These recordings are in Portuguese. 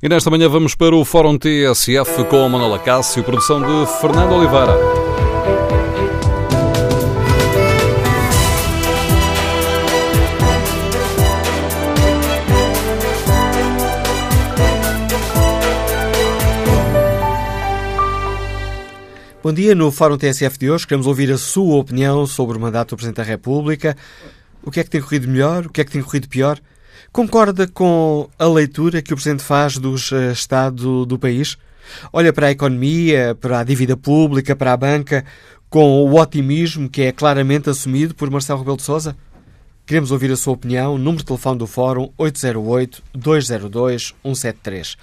E nesta manhã vamos para o Fórum TSF com a Manuela Cássio, produção de Fernando Oliveira. Bom dia, no Fórum TSF de hoje queremos ouvir a sua opinião sobre o mandato do Presidente da República. O que é que tem corrido melhor? O que é que tem corrido pior? Concorda com a leitura que o Presidente faz do estado do país? Olha para a economia, para a dívida pública, para a banca, com o otimismo que é claramente assumido por Marcelo Rebelo de Sousa? Queremos ouvir a sua opinião. Número de telefone do Fórum 808-202-173.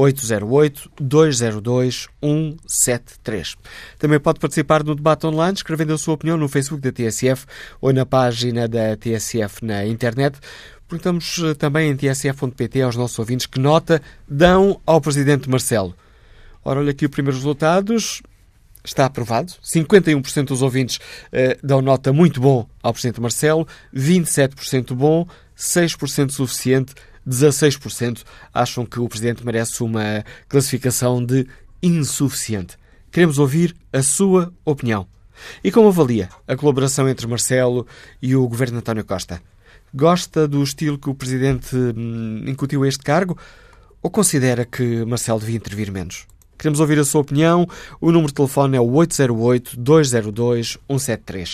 808-202-173. Também pode participar no debate online, escrevendo a sua opinião no Facebook da TSF ou na página da TSF na internet. Perguntamos também em tsf.pt aos nossos ouvintes que nota dão ao Presidente Marcelo. Ora, olha aqui os primeiros resultados. Está aprovado. 51% dos ouvintes dão nota muito bom ao Presidente Marcelo, 27% bom, 6% suficiente, 16% acham que o Presidente merece uma classificação de insuficiente. Queremos ouvir a sua opinião. E como avalia a colaboração entre Marcelo e o Governo de António Costa? Gosta do estilo que o Presidente incutiu a este cargo ou considera que Marcelo devia intervir menos? Queremos ouvir a sua opinião. O número de telefone é o 808-202-173.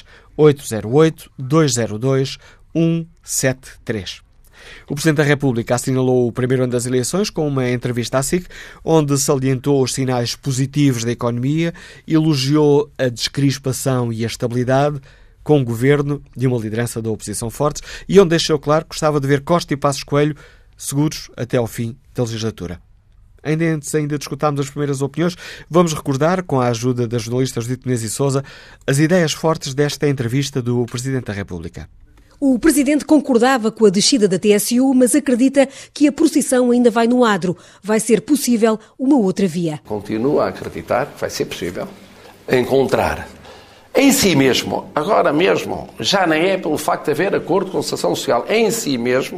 808-202-173. O Presidente da República assinalou o primeiro ano das eleições com uma entrevista à SIC, onde salientou os sinais positivos da economia, elogiou a descrispação e a estabilidade com o governo e uma liderança da oposição fortes e onde deixou claro que gostava de ver Costa e Passos Coelho seguros até ao fim da legislatura. Antes de escutarmos as primeiras opiniões, vamos recordar, com a ajuda da jornalista Judite Menezes e Sousa, as ideias fortes desta entrevista do Presidente da República. O Presidente concordava com a descida da TSU, mas acredita que a procissão ainda vai no adro. Vai ser possível uma outra via. Continuo a acreditar que vai ser possível encontrar em si mesmo, agora mesmo, já nem é pelo facto de haver acordo com a concertação social, em si mesmo,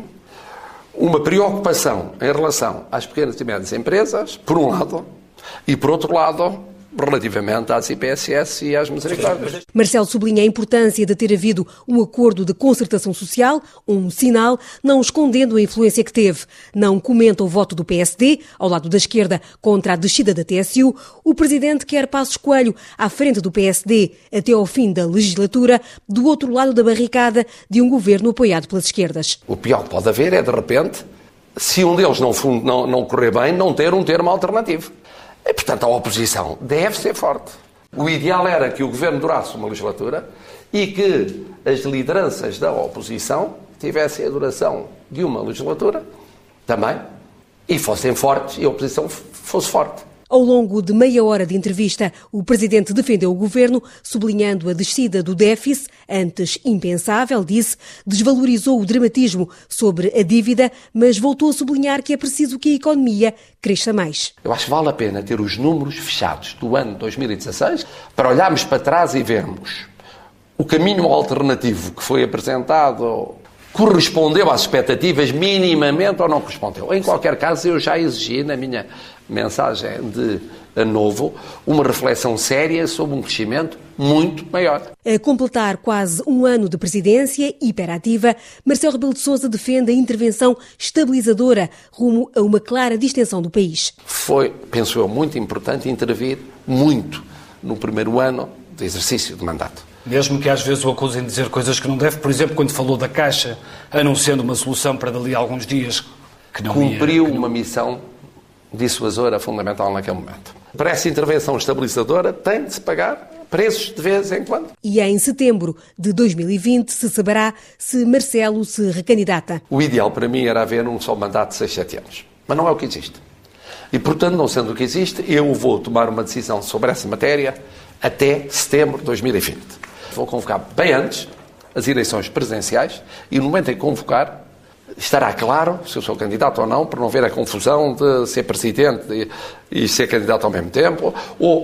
uma preocupação em relação às pequenas e médias empresas, por um lado, e por outro lado, relativamente às IPSS e às misericórdias. Marcelo sublinha a importância de ter havido um acordo de concertação social, um sinal, não escondendo a influência que teve. Não comenta o voto do PSD, ao lado da esquerda, contra a descida da TSU. O Presidente quer Passos Coelho à frente do PSD até ao fim da legislatura, do outro lado da barricada de um governo apoiado pelas esquerdas. O pior que pode haver é, de repente, se um deles não correr bem, não ter um termo alternativo. E, portanto, a oposição deve ser forte. O ideal era que o governo durasse uma legislatura e que as lideranças da oposição tivessem a duração de uma legislatura também e fossem fortes e a oposição fosse forte. Ao longo de meia hora de entrevista, o Presidente defendeu o governo, sublinhando a descida do déficit, antes impensável, disse, desvalorizou o dramatismo sobre a dívida, mas voltou a sublinhar que é preciso que a economia cresça mais. Eu acho que vale a pena ter os números fechados do ano 2016 para olharmos para trás e vermos o caminho alternativo que foi apresentado correspondeu às expectativas minimamente ou não correspondeu. Em qualquer caso, eu já exigi na minha mensagem de Ano Novo uma reflexão séria sobre um crescimento muito maior. A completar quase um ano de presidência hiperativa, Marcelo Rebelo de Sousa defende a intervenção estabilizadora rumo a uma clara distensão do país. Foi, penso eu, muito importante intervir muito no primeiro ano de exercício de mandato. Mesmo que às vezes o acusem de dizer coisas que não deve, por exemplo, quando falou da Caixa, anunciando uma solução para dali a alguns dias, que não cumpriu uma missão dissuasora fundamental naquele momento. Para essa intervenção estabilizadora tem de se pagar preços de vez em quando. E em setembro de 2020 se saberá se Marcelo se recandidata. O ideal para mim era haver um só mandato de 6, 7 anos. Mas não é o que existe. E, portanto, não sendo o que existe, eu vou tomar uma decisão sobre essa matéria até setembro de 2020. Vou convocar bem antes as eleições presidenciais e no momento em que convocar estará claro se eu sou candidato ou não, para não haver a confusão de ser presidente e ser candidato ao mesmo tempo, ou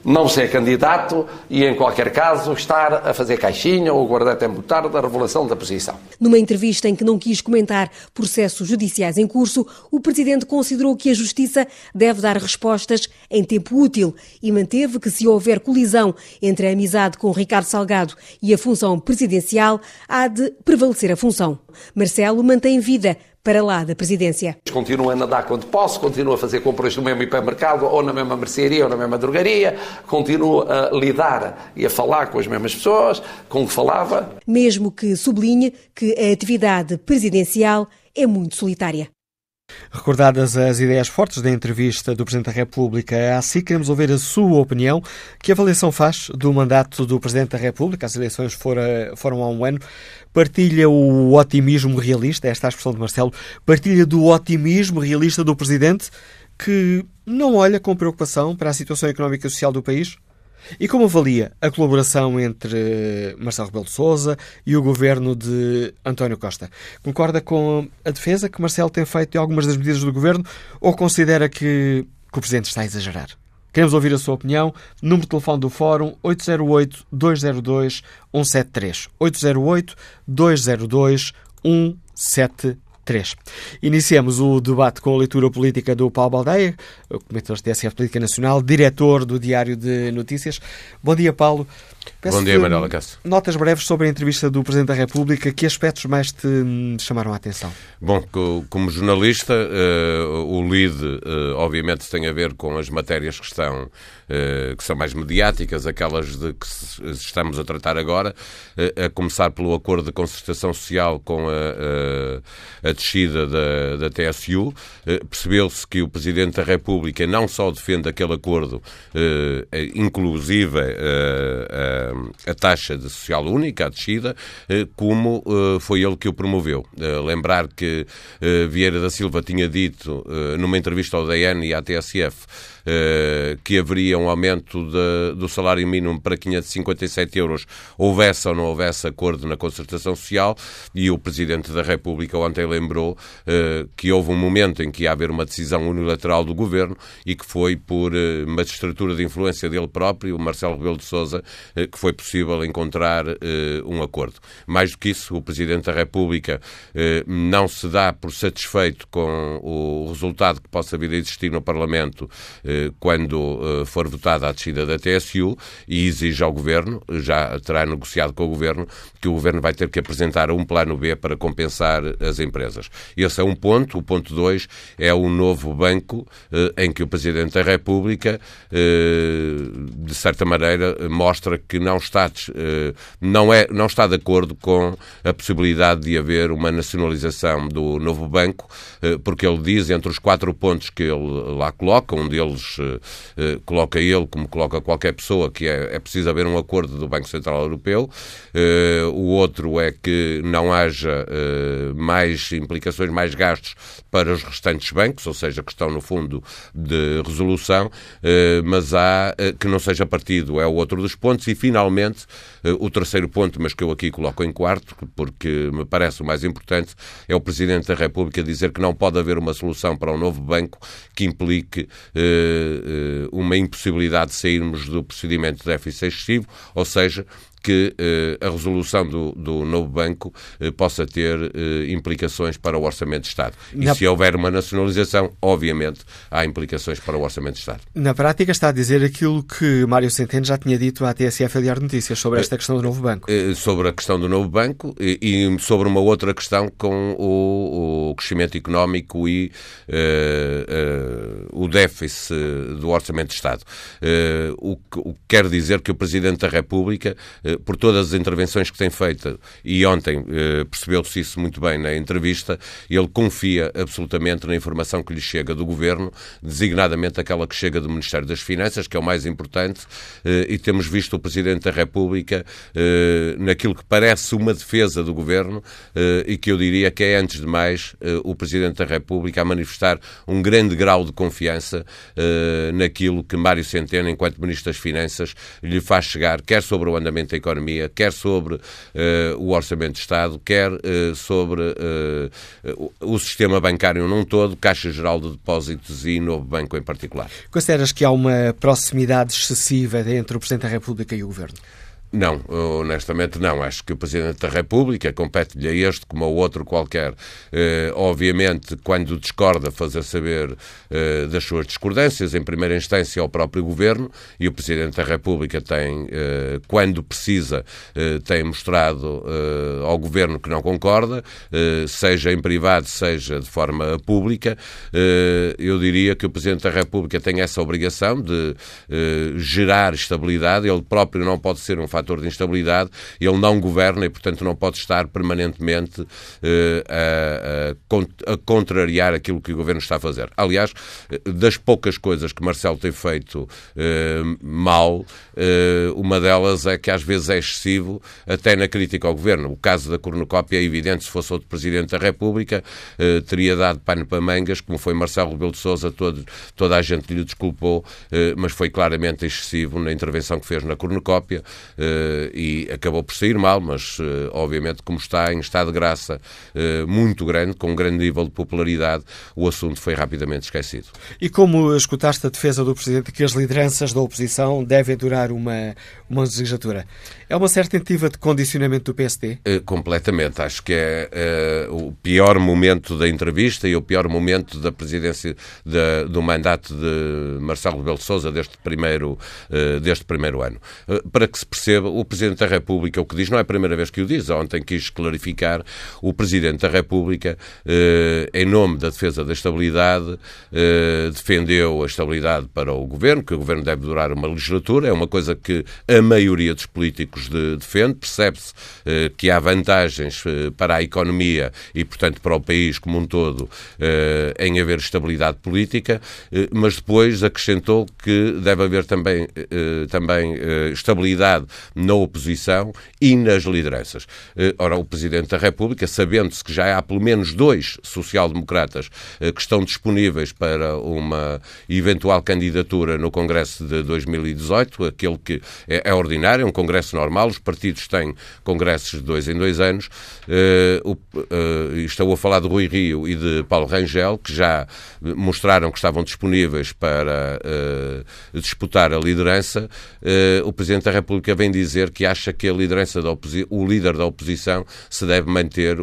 não ser candidato e, em qualquer caso, estar a fazer caixinha ou guardar tempo da revelação da posição. Numa entrevista em que não quis comentar processos judiciais em curso, o Presidente considerou que a Justiça deve dar respostas em tempo útil e manteve que, se houver colisão entre a amizade com Ricardo Salgado e a função presidencial, há de prevalecer a função. Marcelo mantém vida para lá da presidência. Continuo a nadar quando posso, continuo a fazer compras no mesmo hipermercado, ou na mesma mercearia, ou na mesma drogaria, continuo a lidar e a falar com as mesmas pessoas com que falava. Mesmo que sublinhe que a atividade presidencial é muito solitária. Recordadas as ideias fortes da entrevista do Presidente da República à SIC, queremos ouvir a sua opinião. Que avaliação faz do mandato do Presidente da República? As eleições foram há um ano. Partilha o otimismo realista, esta é a expressão de Marcelo, partilha do otimismo realista do Presidente, que não olha com preocupação para a situação económica e social do país? E como avalia a colaboração entre Marcelo Rebelo de Sousa e o governo de António Costa? Concorda com a defesa que Marcelo tem feito de algumas das medidas do governo ou considera que o Presidente está a exagerar? Queremos ouvir a sua opinião. Número de telefone do Fórum 808-202-173. 808-202-173. Iniciamos o debate com a leitura política do Paulo Baldeia, comentador da TSF Política Nacional, diretor do Diário de Notícias. Bom dia, Paulo. Bom dia, Manuela Cássio. Notas breves sobre a entrevista do Presidente da República. Que aspectos mais te chamaram a atenção? Bom, como jornalista, o lead, obviamente, tem a ver com as matérias que são mais mediáticas, aquelas de que estamos a tratar agora, a começar pelo acordo de concertação social com a descida da TSU. Percebeu-se que o Presidente da República não só defende aquele acordo, inclusive a taxa de social única, a descida, como foi ele que o promoveu. Lembrar que Vieira da Silva tinha dito, numa entrevista ao DN e à TSF, que haveria um aumento do salário mínimo para 557 euros, houvesse ou não houvesse acordo na concertação social, e o Presidente da República ontem lembrou que houve um momento em que ia haver uma decisão unilateral do Governo e que foi por magistratura de influência dele próprio, Marcelo Rebelo de Sousa, que foi possível encontrar um acordo. Mais do que isso, o Presidente da República não se dá por satisfeito com o resultado que possa vir a existir no Parlamento quando for votada a descida da TSU, e exige ao Governo, já terá negociado com o Governo, que o Governo vai ter que apresentar um plano B para compensar as empresas. Esse é um ponto. O ponto 2 é o novo banco, em que o Presidente da República, de certa maneira, mostra que não está de acordo com a possibilidade de haver uma nacionalização do novo banco, porque ele diz, entre os 4 pontos que ele lá coloca, um deles coloca ele, como coloca qualquer pessoa, que é preciso haver um acordo do Banco Central Europeu. O outro é que não haja mais implicações, mais gastos para os restantes bancos, ou seja, que estão no fundo de resolução, mas há que não seja partido, é o outro dos pontos. E finalmente, o terceiro ponto, mas que eu aqui coloco em quarto, porque me parece o mais importante, é o Presidente da República dizer que não pode haver uma solução para um novo banco que implique uma impossibilidade de sairmos do procedimento de déficit excessivo, ou seja, que a resolução do novo banco possa ter implicações para o Orçamento de Estado. E se houver uma nacionalização, obviamente, há implicações para o Orçamento de Estado. Na prática está a dizer aquilo que Mário Centeno já tinha dito à TSF Diário de Notícias sobre esta questão do novo banco. Sobre a questão do novo banco e sobre uma outra questão com o crescimento económico e o déficit do Orçamento de Estado. O que quer dizer que o Presidente da República, por todas as intervenções que tem feito, e ontem percebeu-se isso muito bem na entrevista, ele confia absolutamente na informação que lhe chega do Governo, designadamente aquela que chega do Ministério das Finanças, que é o mais importante, e temos visto o Presidente da República naquilo que parece uma defesa do Governo, e que eu diria que é, antes de mais, o Presidente da República a manifestar um grande grau de confiança naquilo que Mário Centeno, enquanto Ministro das Finanças, lhe faz chegar, quer sobre o andamento economia, quer sobre o Orçamento de Estado, quer sobre o sistema bancário num todo, Caixa Geral de Depósitos e Novo Banco em particular. Consideras que há uma proximidade excessiva entre o Presidente da República e o Governo? Não, honestamente não. Acho que o Presidente da República compete-lhe a este como a outro qualquer. Obviamente, quando discorda, fazer saber das suas discordâncias, em primeira instância ao próprio Governo, e o Presidente da República tem, quando precisa, tem mostrado ao Governo que não concorda, seja em privado, seja de forma pública. Eu diria que o Presidente da República tem essa obrigação de gerar estabilidade. Ele próprio não pode ser um fator de instabilidade, ele não governa e, portanto, não pode estar permanentemente a contrariar aquilo que o Governo está a fazer. Aliás, das poucas coisas que Marcelo tem feito mal, uma delas é que às vezes é excessivo até na crítica ao Governo. O caso da cornucópia é evidente, se fosse outro Presidente da República, teria dado pano para mangas, como foi Marcelo Rebelo de Sousa, toda a gente lhe desculpou, mas foi claramente excessivo na intervenção que fez na cornucópia, e acabou por sair mal, mas obviamente, como está em estado de graça muito grande, com um grande nível de popularidade, o assunto foi rapidamente esquecido. E como escutaste a defesa do Presidente que as lideranças da oposição devem durar uma legislatura, é uma certa tentativa de condicionamento do PSD? Completamente. Acho que é o pior momento da entrevista e o pior momento da presidência do mandato de Marcelo Rebelo de Sousa deste primeiro ano. Para que se perceba, o Presidente da República, o que diz, não é a primeira vez que o diz, ontem quis clarificar, o Presidente da República, em nome da defesa da estabilidade, defendeu a estabilidade para o Governo, que o Governo deve durar uma legislatura, é uma coisa que a maioria dos políticos defende, percebe-se que há vantagens para a economia e, portanto, para o país como um todo, em haver estabilidade política, mas depois acrescentou que deve haver também estabilidade na oposição e nas lideranças. Ora, o Presidente da República, sabendo-se que já há pelo menos 2 social-democratas que estão disponíveis para uma eventual candidatura no Congresso de 2018, aquele que é ordinário, é um Congresso normal, os partidos têm congressos de 2 em 2 anos, estou a falar de Rui Rio e de Paulo Rangel, que já mostraram que estavam disponíveis para disputar a liderança. O Presidente da República vem dizer que acha que a liderança o líder da oposição se deve manter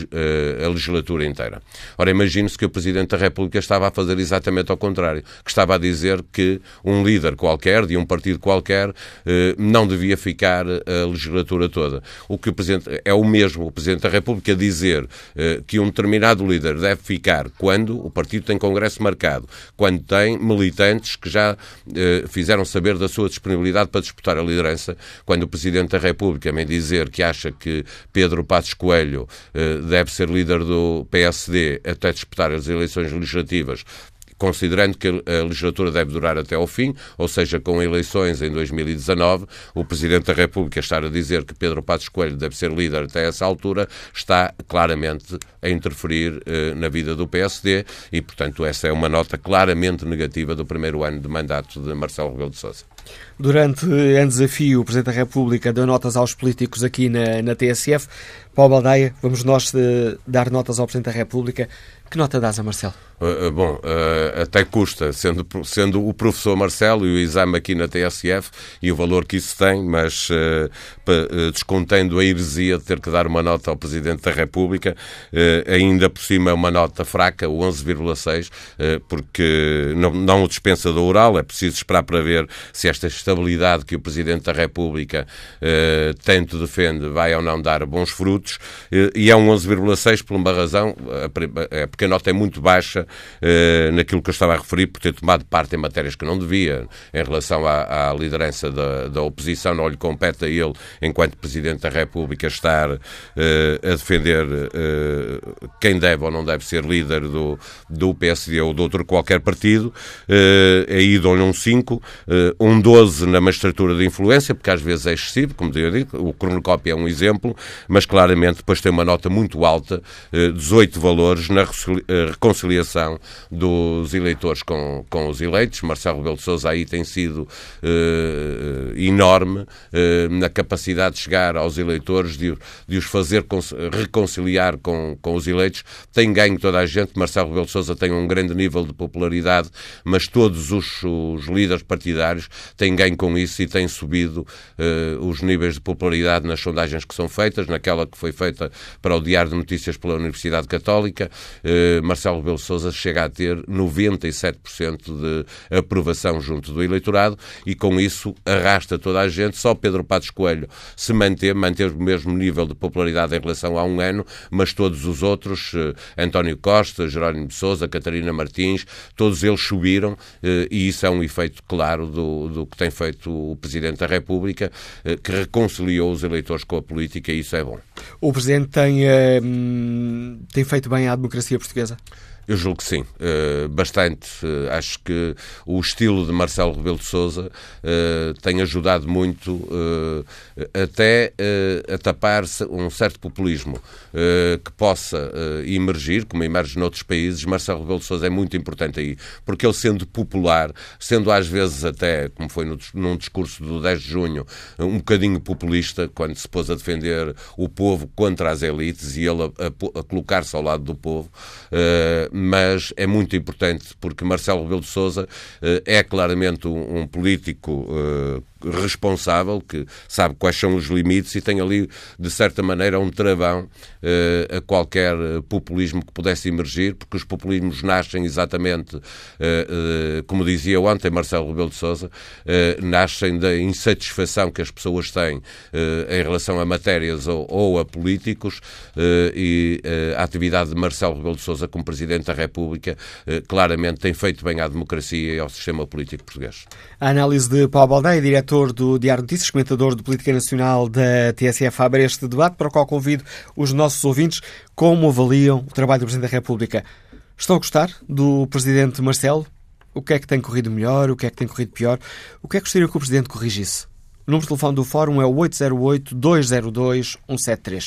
a legislatura inteira. Ora, imagine-se que o Presidente da República estava a fazer exatamente ao contrário, que estava a dizer que um líder qualquer, de um partido qualquer, não devia ficar a legislatura toda. O que o Presidente é o mesmo, o Presidente da República dizer que um determinado líder deve ficar quando o partido tem congresso marcado, quando tem militantes que já fizeram saber da sua disponibilidade para disputar a liderança, quando o Presidente da República vem dizer que acha que Pedro Passos Coelho deve ser líder do PSD até disputar as eleições legislativas, considerando que a legislatura deve durar até ao fim, ou seja, com eleições em 2019, o Presidente da República estar a dizer que Pedro Passos Coelho deve ser líder até essa altura, está claramente a interferir na vida do PSD e, portanto, essa é uma nota claramente negativa do primeiro ano de mandato de Marcelo Rebelo de Sousa. Durante em desafio, o Presidente da República deu notas aos políticos aqui na TSF. Paulo Baldaia, vamos nós dar notas ao Presidente da República. Que nota dás a Marcelo? Bom, até custa, sendo o professor Marcelo e o exame aqui na TSF e o valor que isso tem, mas descontando a heresia de ter que dar uma nota ao Presidente da República, ainda por cima é uma nota fraca, o 11,6, porque não o dispensa do oral, é preciso esperar para ver se esta estabilidade que o Presidente da República tanto defende vai ou não dar bons frutos, e é um 11,6 por uma razão, porque a nota é muito baixa naquilo que eu estava a referir, por ter tomado parte em matérias que não devia, em relação à liderança da oposição. Não lhe compete a ele, enquanto Presidente da República, estar a defender quem deve ou não deve ser líder do PSD ou de outro qualquer partido. Aí dou-lhe um 5, um 12 na magistratura de influência, porque às vezes é excessivo, como eu digo, o cornucópia é um exemplo, mas claramente depois tem uma nota muito alta, 18 valores na reconciliação relação dos eleitores com os eleitos. Marcelo Rebelo de Sousa aí tem sido enorme na capacidade de chegar aos eleitores, de os fazer reconciliar com os eleitos. Tem ganho toda a gente. Marcelo Rebelo de Sousa tem um grande nível de popularidade, mas todos os líderes partidários têm ganho com isso e têm subido os níveis de popularidade nas sondagens que são feitas, naquela que foi feita para o Diário de Notícias pela Universidade Católica. Marcelo Rebelo de Sousa chega a ter 97% de aprovação junto do eleitorado e com isso arrasta toda a gente. Só Pedro Passos Coelho se manteve o mesmo nível de popularidade em relação a um ano, mas todos os outros, António Costa, Jerónimo de Sousa, Catarina Martins, todos eles subiram e isso é um efeito claro do que tem feito o Presidente da República, que reconciliou os eleitores com a política e isso é bom. O Presidente tem feito bem à democracia portuguesa? Eu julgo que sim, bastante. Acho que o estilo de Marcelo Rebelo de Sousa tem ajudado muito até a tapar um certo populismo que possa emergir, como emerge noutros países. Marcelo Rebelo de Sousa é muito importante aí, porque ele sendo popular, sendo às vezes até, como foi num discurso do 10 de junho, um bocadinho populista, quando se pôs a defender o povo contra as elites e ele a colocar-se ao lado do povo, mas é muito importante porque Marcelo Rebelo de Sousa é claramente um político responsável, que sabe quais são os limites e tem ali, de certa maneira, um travão a qualquer populismo que pudesse emergir, porque os populismos nascem exatamente, como dizia ontem Marcelo Rebelo de Sousa, nascem da insatisfação que as pessoas têm em relação a matérias ou a políticos e a atividade de Marcelo Rebelo de Sousa como Presidente da República claramente tem feito bem à democracia e ao sistema político português. A análise de Paulo Baldaia, diretor do Diário de Notícias, comentador de Política Nacional da TSF, abre este debate para o qual convido os nossos ouvintes. Como avaliam o trabalho do Presidente da República? Estão a gostar do Presidente Marcelo? O que é que tem corrido melhor? O que é que tem corrido pior? O que é que gostaria que o Presidente corrigisse? O número de telefone do Fórum é o 808-202-173.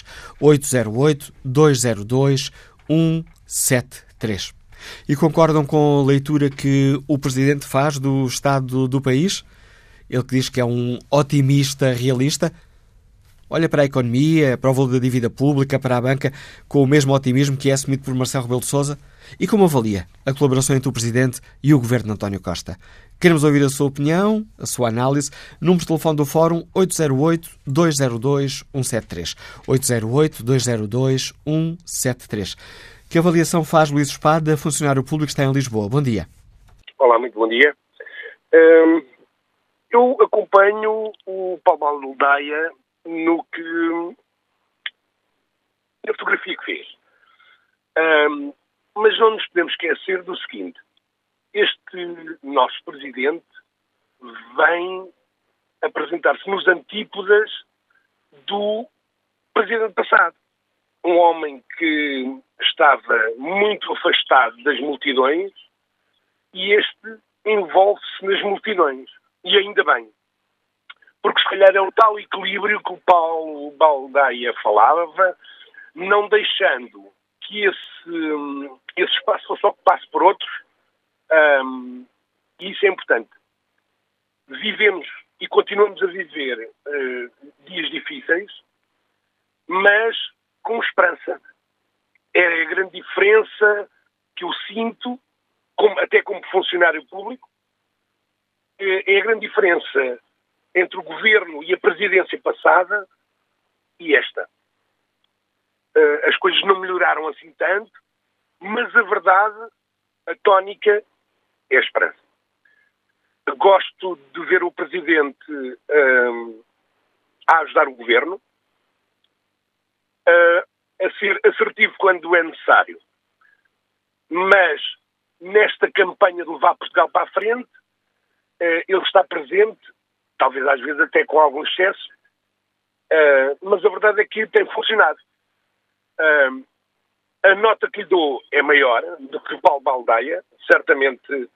808-202-173. E concordam com a leitura que o Presidente faz do estado do país? Ele que diz que é um otimista realista, olha para a economia, para o valor da dívida pública, para a banca, com o mesmo otimismo que é assumido por Marcelo Rebelo de Sousa. E como avalia a colaboração entre o Presidente e o Governo de António Costa? Queremos ouvir a sua opinião, a sua análise. Número de telefone do Fórum 808-202-173. 808-202-173. Que avaliação faz Luís Espada, funcionário público que está em Lisboa? Bom dia. Olá, muito bom dia. Eu acompanho o Paulo Baldaia na fotografia que fez. Mas não nos podemos esquecer do seguinte. Este nosso Presidente vem apresentar-se nos antípodas do Presidente passado. Um homem que estava muito afastado das multidões e este envolve-se nas multidões. E ainda bem. Porque se calhar é o tal equilíbrio que o Paulo Baldaia falava, não deixando que esse espaço fosse ocupado por outros. E isso é importante. Vivemos e continuamos a viver dias difíceis, mas com esperança. É a grande diferença que eu sinto, até como funcionário público, é a grande diferença entre o governo e a presidência passada e esta. As coisas não melhoraram assim tanto, mas a verdade, a tónica, é a esperança. Gosto de ver o Presidente a ajudar o governo, a ser assertivo quando é necessário. Mas, nesta campanha de levar Portugal para a frente, ele está presente, talvez às vezes até com algum excesso, mas a verdade é que tem funcionado. A nota que lhe dou é maior do que o Paulo Baldaia, certamente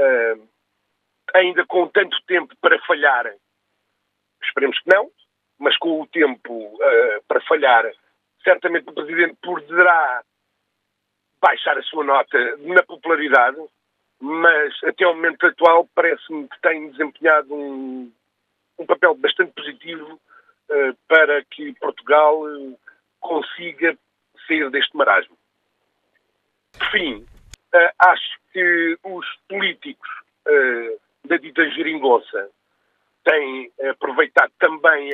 ainda com tanto tempo para falhar, esperemos que não, mas com o tempo para falhar, certamente o Presidente poderá baixar a sua nota na popularidade, mas até ao momento atual parece-me que tem desempenhado um papel bastante positivo para que Portugal consiga sair deste marasmo. Por fim, acho que os políticos da dita geringonça têm aproveitado também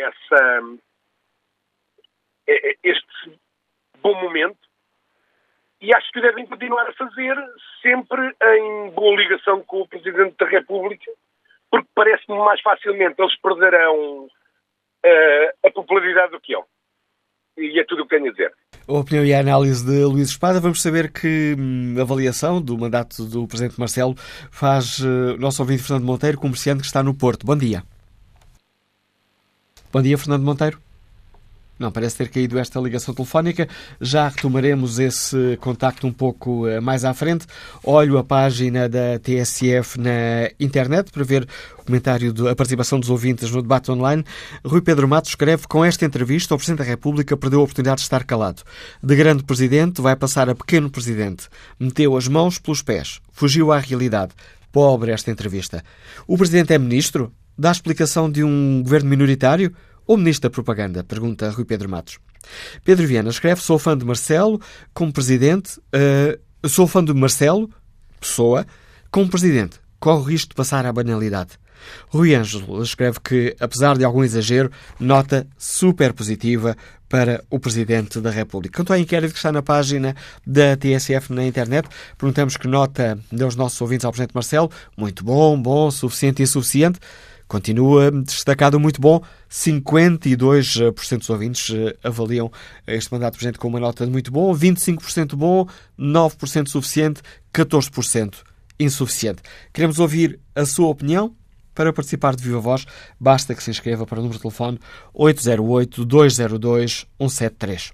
este bom momento e acho que devem continuar a fazer sempre em boa ligação com o Presidente da República, porque parece-me mais facilmente eles perderão a popularidade do que eu. E é tudo o que tenho a dizer. A opinião e a análise de Luís Espada. Vamos saber que avaliação do mandato do Presidente Marcelo faz o nosso ouvinte Fernando Monteiro, comerciante que está no Porto. Bom dia. Bom dia, Fernando Monteiro. Não, parece ter caído esta ligação telefónica. Já retomaremos esse contacto um pouco mais à frente. Olho a página da TSF na internet para ver o comentário a participação dos ouvintes no debate online. Rui Pedro Matos escreve: com esta entrevista, o Presidente da República perdeu a oportunidade de estar calado. De grande Presidente vai passar a pequeno Presidente. Meteu as mãos pelos pés. Fugiu à realidade. Pobre esta entrevista. O Presidente é Ministro? Dá explicação de um governo minoritário? Ou Ministro da Propaganda? Pergunta Rui Pedro Matos. Pedro Viana escreve: sou fã de Marcelo como Presidente. Sou fã de Marcelo, pessoa, como Presidente. Corre o risco de passar à banalidade. Rui Ângelo escreve que, apesar de algum exagero, nota super positiva para o Presidente da República. Quanto ao inquérito que está na página da TSF na internet, perguntamos que nota dão os nossos ouvintes ao Presidente Marcelo. Muito bom, bom, suficiente e insuficiente. Continua destacado muito bom. 52% dos ouvintes avaliam este mandato do Presidente com uma nota de muito bom, 25% bom, 9% suficiente, 14% insuficiente. Queremos ouvir a sua opinião. Para participar de viva voz, basta que se inscreva para o número de telefone 808-202-173.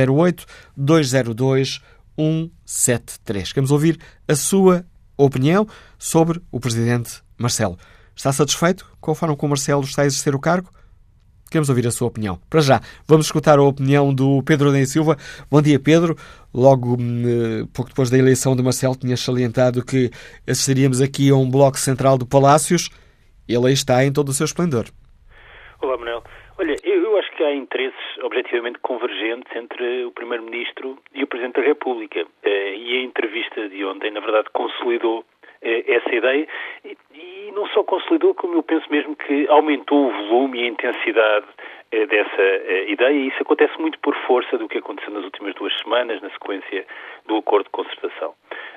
808-202-173. Queremos ouvir a sua opinião sobre o Presidente Marcelo. Está satisfeito com a forma como Marcelo está a exercer o cargo? Queremos ouvir a sua opinião. Para já, vamos escutar a opinião do Pedro Adém Silva. Bom dia, Pedro. Logo, pouco depois da eleição de Marcelo, tinha salientado que assistiríamos aqui a um bloco central de palácios. Ele aí está em todo o seu esplendor. Olá, Manuel. Olha, eu acho que há interesses objetivamente convergentes entre o Primeiro-Ministro e o Presidente da República. E a entrevista de ontem, na verdade, consolidou essa ideia e não só consolidou, como eu penso mesmo que aumentou o volume e a intensidade dessa ideia, e isso acontece muito por força do que aconteceu nas últimas 2 semanas, na sequência do acordo de concertação.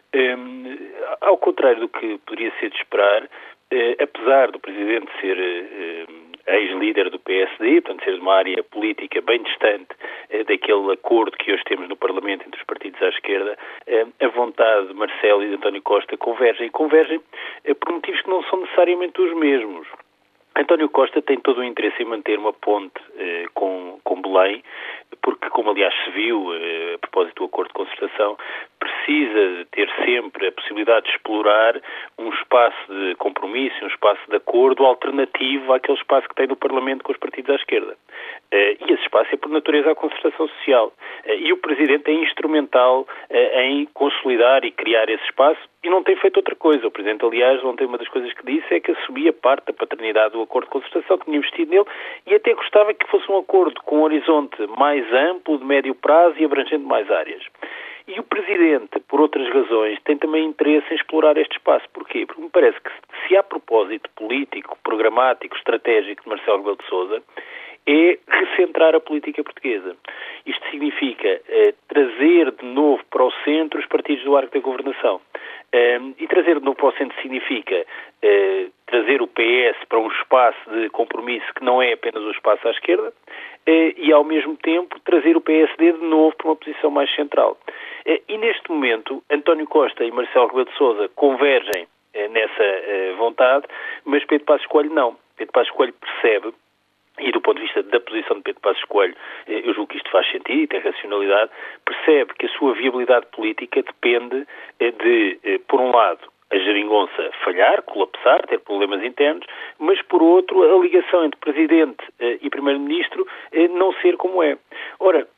Ao contrário do que poderia ser de esperar, apesar do Presidente ser ex-líder do PSD, portanto ser de uma área política bem distante daquele acordo que hoje temos no Parlamento entre os partidos à esquerda, a vontade de Marcelo e de António Costa convergem por motivos que não são necessariamente os mesmos. António Costa tem todo o interesse em manter uma ponte com Belém, porque, como aliás se viu a propósito do acordo de concertação, precisa de ter sempre a possibilidade de explorar um espaço de compromisso, um espaço de acordo alternativo àquele espaço que tem no Parlamento com os partidos à esquerda. E esse espaço é por natureza a concertação social. E o Presidente é instrumental em consolidar e criar esse espaço e não tem feito outra coisa. O Presidente, aliás, ontem uma das coisas que disse é que assumia parte da paternidade do acordo de concertação, que tinha investido nele e até gostava que fosse um acordo com um horizonte mais amplo, de médio prazo e abrangendo mais áreas. E o Presidente, por outras razões, tem também interesse em explorar este espaço. Porquê? Porque me parece que se há propósito político, programático, estratégico de Marcelo Rebelo de Sousa, é recentrar a política portuguesa. Isto significa trazer de novo para o centro os partidos do arco da governação. E trazer de novo para o centro significa trazer o PS para um espaço de compromisso que não é apenas o espaço à esquerda e, ao mesmo tempo, trazer o PSD de novo para uma posição mais central. E, neste momento, António Costa e Marcelo Rebelo de Sousa convergem nessa vontade, mas Pedro Passos Coelho não. Pedro Passos Coelho percebe, e do ponto de vista da posição de Pedro Passos Coelho, eu julgo que isto faz sentido e tem racionalidade, percebe que a sua viabilidade política depende de, por um lado, a geringonça falhar, colapsar, ter problemas internos, mas, por outro, a ligação entre Presidente e Primeiro-Ministro não ser como é. Ora,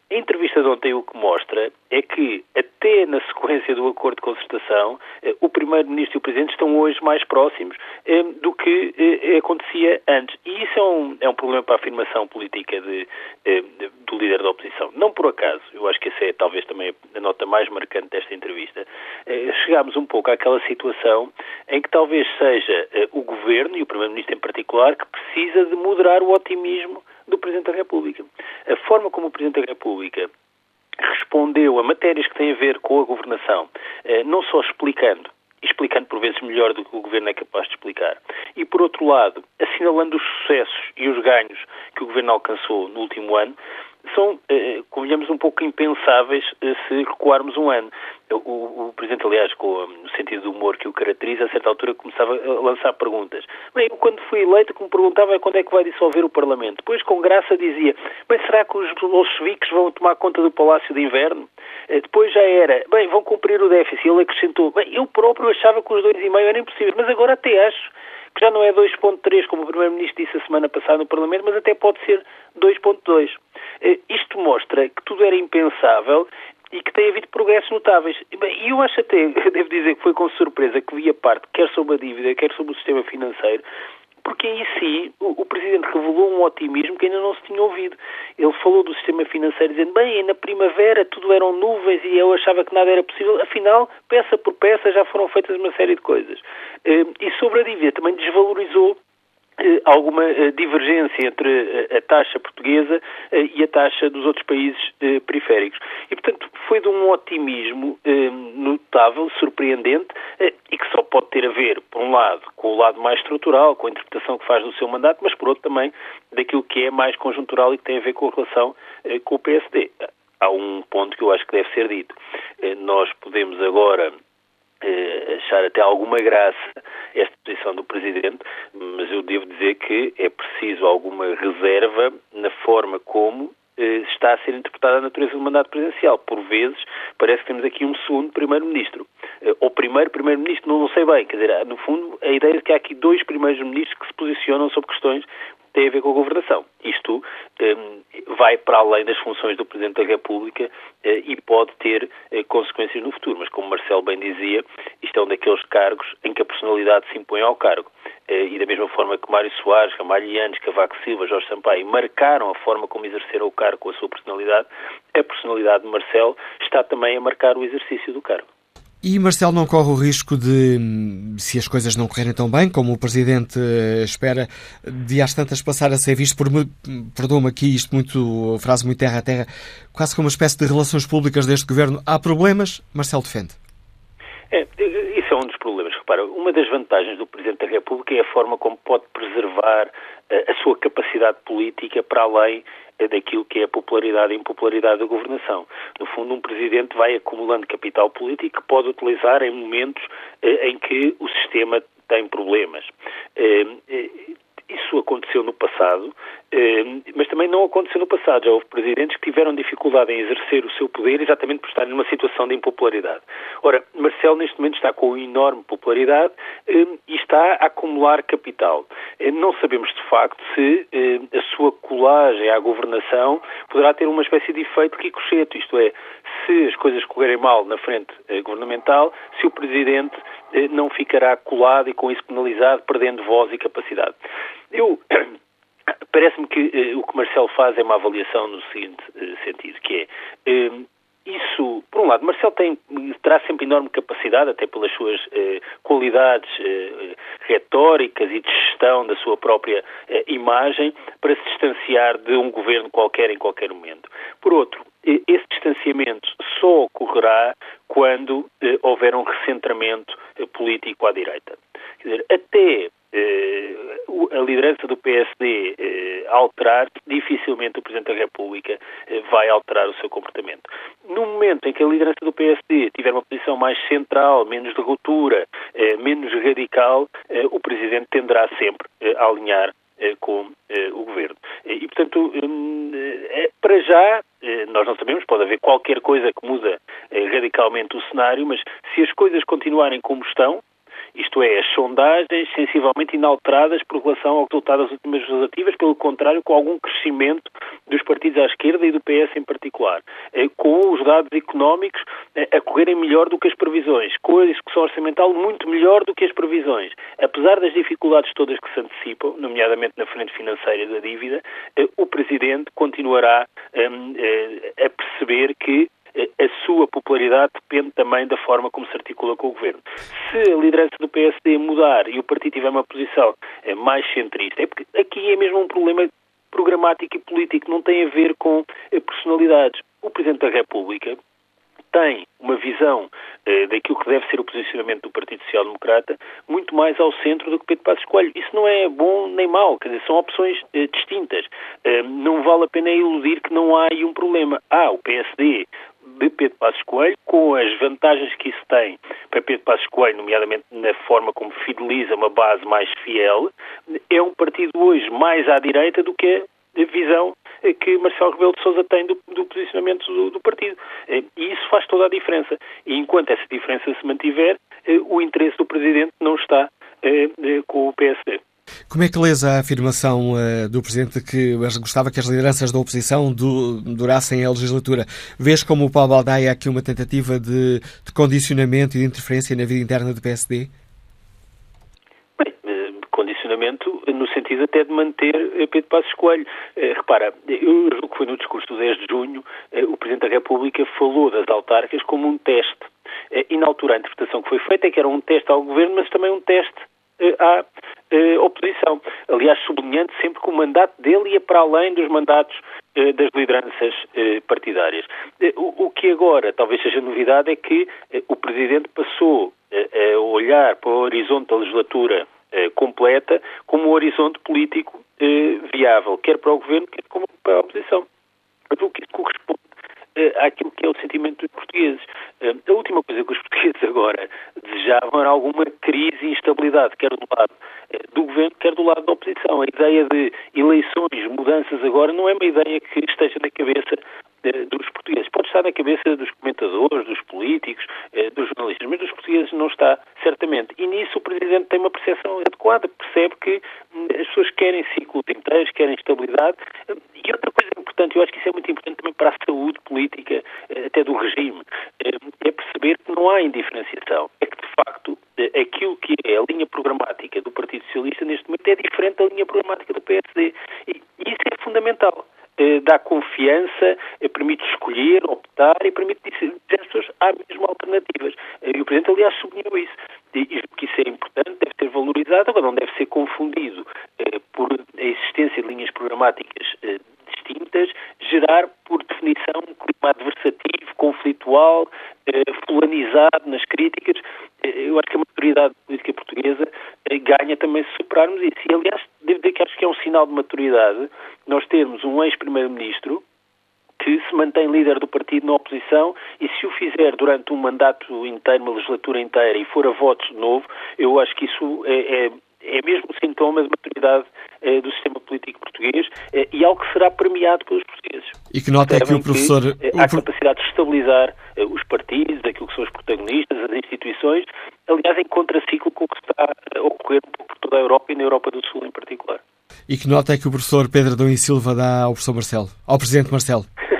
A entrevista de ontem o que mostra é que, até na sequência do acordo de concertação, o Primeiro-Ministro e o Presidente estão hoje mais próximos do que acontecia antes. E isso é um problema para a afirmação política do líder da oposição. Não por acaso, eu acho que essa é talvez também a nota mais marcante desta entrevista, chegámos um pouco àquela situação em que talvez seja o Governo, e o Primeiro-Ministro em particular, que precisa de moderar o otimismo do Presidente da República. A forma como o Presidente da República respondeu a matérias que têm a ver com a governação, não só explicando por vezes melhor do que o Governo é capaz de explicar, e por outro lado, assinalando os sucessos e os ganhos que o Governo alcançou no último ano, são, convenhamos, um pouco impensáveis se recuarmos um ano. O Presidente, aliás, com o sentido do humor que o caracteriza, a certa altura começava a lançar perguntas. Bem, eu quando fui eleito, o que me perguntava é quando é que vai dissolver o Parlamento. Depois, com graça, dizia, bem, será que os bolcheviques vão tomar conta do Palácio de Inverno? Depois já era, bem, vão cumprir o déficit. Ele acrescentou, bem, eu próprio achava que os 2,5 eram impossíveis, mas agora até acho que já não é 2,3, como o Primeiro-Ministro disse a semana passada no Parlamento, mas até pode ser 2,2. Isto mostra que tudo era impensável e que tem havido progressos notáveis. E eu acho até, devo dizer que foi com surpresa que vi a parte, quer sobre a dívida, quer sobre o sistema financeiro, porque em si o Presidente revelou um otimismo que ainda não se tinha ouvido. Ele falou do sistema financeiro dizendo, bem, na primavera tudo eram nuvens e eu achava que nada era possível. Afinal, peça por peça já foram feitas uma série de coisas. E sobre a dívida também desvalorizou alguma divergência entre a taxa portuguesa e a taxa dos outros países periféricos. E, portanto, foi de um otimismo notável, surpreendente, e que só pode ter a ver, por um lado, com o lado mais estrutural, com a interpretação que faz do seu mandato, mas, por outro, também daquilo que é mais conjuntural e que tem a ver com a relação com o PSD. Há um ponto que eu acho que deve ser dito. Nós podemos agora achar até alguma graça esta posição do Presidente, mas eu devo dizer que é preciso alguma reserva na forma como está a ser interpretada a natureza do mandato presidencial. Por vezes, parece que temos aqui um segundo Primeiro-Ministro. Ou primeiro Primeiro-Ministro, não sei bem. Quer dizer, no fundo, a ideia é que há aqui dois Primeiros-Ministros que se posicionam sobre questões que têm a ver com a governação. Isto vai para além das funções do Presidente da República e pode ter consequências no futuro. Mas, como Marcelo bem dizia, isto é um daqueles cargos em que a personalidade se impõe ao cargo. E da mesma forma que Mário Soares, Ramalho Yanes, Cavaco Silva, Jorge Sampaio marcaram a forma como exerceram o cargo com a sua personalidade, a personalidade de Marcelo está também a marcar o exercício do cargo. E Marcelo não corre o risco de, se as coisas não correrem tão bem como o Presidente espera, de às tantas passar a ser visto, perdoa-me aqui isto muito, frase muito terra a terra, quase como uma espécie de relações públicas deste Governo. Há problemas, Marcelo defende. Isso é um dos problemas. Repara, uma das vantagens do Presidente da República é a forma como pode preservar a sua capacidade política para além daquilo que é a popularidade e impopularidade da governação. No fundo, um Presidente vai acumulando capital político que pode utilizar em momentos em que o sistema tem problemas. Isso aconteceu no passado, mas também não aconteceu no passado. Já houve presidentes que tiveram dificuldade em exercer o seu poder exatamente por estarem numa situação de impopularidade. Ora, Marcelo neste momento está com enorme popularidade e está a acumular capital. Não sabemos de facto se a sua colagem à governação poderá ter uma espécie de efeito ricochete, isto é, se as coisas correrem mal na frente governamental, se o Presidente não ficará colado e com isso penalizado, perdendo voz e capacidade. Parece-me que o que Marcelo faz é uma avaliação no seguinte sentido, que é, isso, por um lado, Marcelo terá sempre enorme capacidade, até pelas suas qualidades retóricas e de gestão da sua própria imagem, para se distanciar de um governo qualquer em qualquer momento. Por outro, esse distanciamento só ocorrerá quando houver um recentramento político à direita. Quer dizer, até a liderança do PSD alterar, dificilmente o Presidente da República vai alterar o seu comportamento. No momento em que a liderança do PSD tiver uma posição mais central, menos de ruptura, menos radical, o Presidente tenderá sempre a alinhar com o Governo. E, portanto, para já, nós não sabemos, pode haver qualquer coisa que muda radicalmente o cenário, mas se as coisas continuarem como estão, isto é, as sondagens sensivelmente inalteradas por relação ao resultado das últimas legislativas, pelo contrário, com algum crescimento dos partidos à esquerda e do PS em particular, com os dados económicos a correrem melhor do que as previsões, com a execução orçamental muito melhor do que as previsões. Apesar das dificuldades todas que se antecipam, nomeadamente na frente financeira da dívida, o Presidente continuará a perceber que a sua popularidade depende também da forma como se articula com o Governo. Se a liderança do PSD mudar e o partido tiver uma posição mais centrista, é porque aqui é mesmo um problema programático e político, não tem a ver com personalidades. O Presidente da República tem uma visão daquilo que deve ser o posicionamento do Partido Social Democrata muito mais ao centro do que Pedro Passos Coelho. Isso não é bom nem mau, quer dizer, são opções distintas. Não vale a pena iludir que não há aí um problema. O PSD de Pedro Passos Coelho, com as vantagens que isso tem para Pedro Passos Coelho, nomeadamente na forma como fideliza uma base mais fiel, é um partido hoje mais à direita do que a visão que Marcelo Rebelo de Sousa tem do posicionamento do partido. E isso faz toda a diferença. E enquanto essa diferença se mantiver, o interesse do Presidente não está com o PSD. Como é que lês a afirmação do Presidente que gostava que as lideranças da oposição durassem a legislatura? Vês como o Paulo Baldaia aqui uma tentativa de condicionamento e de interferência na vida interna do PSD? Bem, condicionamento no sentido até de manter Pedro Passos Coelho. Repara, eu julgo que foi no discurso do 10 de junho, o Presidente da República falou das autárquicas como um teste. E na altura a interpretação que foi feita é que era um teste ao Governo, mas também um teste à oposição. Aliás, sublinhando sempre que o mandato dele ia para além dos mandatos das lideranças partidárias. O que agora talvez seja novidade é que o Presidente passou a olhar para o horizonte da legislatura completa como um horizonte político viável, quer para o Governo, quer para a oposição. O que isso corresponde àquilo que é o sentimento dos portugueses. A última coisa que os portugueses agora desejavam era alguma crise e instabilidade, quer do lado do Governo, quer do lado da oposição. A ideia de eleições, mudanças agora, não é uma ideia que esteja na cabeça dos portugueses. Pode estar na cabeça dos comentadores, dos políticos, dos jornalistas, mas dos portugueses não está, certamente. E nisso o Presidente tem uma percepção adequada, percebe que as pessoas querem ciclos inteiros, querem estabilidade. E outra coisa importante, eu acho que isso é muito importante também para a saúde política, até do regime, é perceber que não há indiferenciação. É que, de facto, aquilo que é a linha programática do Partido Socialista neste momento é diferente da linha programática do PSD. E isso é fundamental. Dá confiança, permite escolher, optar e permite dizer às pessoas há mesmo alternativas. E o Presidente, aliás, sublinhou isso. E que isso é importante, deve ser valorizado, agora não deve ser confundido por a existência de linhas programáticas distintas, gerar, por definição, um clima adversativo, conflitual, fulanizado nas críticas. Eu acho que a maturidade política portuguesa ganha também se superarmos isso. E, aliás, devo dizer que acho que é um sinal de maturidade nós termos um ex-primeiro-ministro que se mantém líder do partido na oposição e se o fizer durante um mandato inteiro, uma legislatura inteira e for a votos de novo, eu acho que isso é mesmo um sintoma de maturidade do sistema político português e algo que será premiado pelos portugueses. E que nota é que o professor... Há capacidade de estabilizar os partidos, aquilo que são os protagonistas, as instituições, aliás, em contraciclo com o que está a ocorrer um pouco por toda a Europa e na Europa do Sul em particular. E que nota é que o professor Pedro Adão e Silva dá ao professor Marcelo, ao Presidente Marcelo?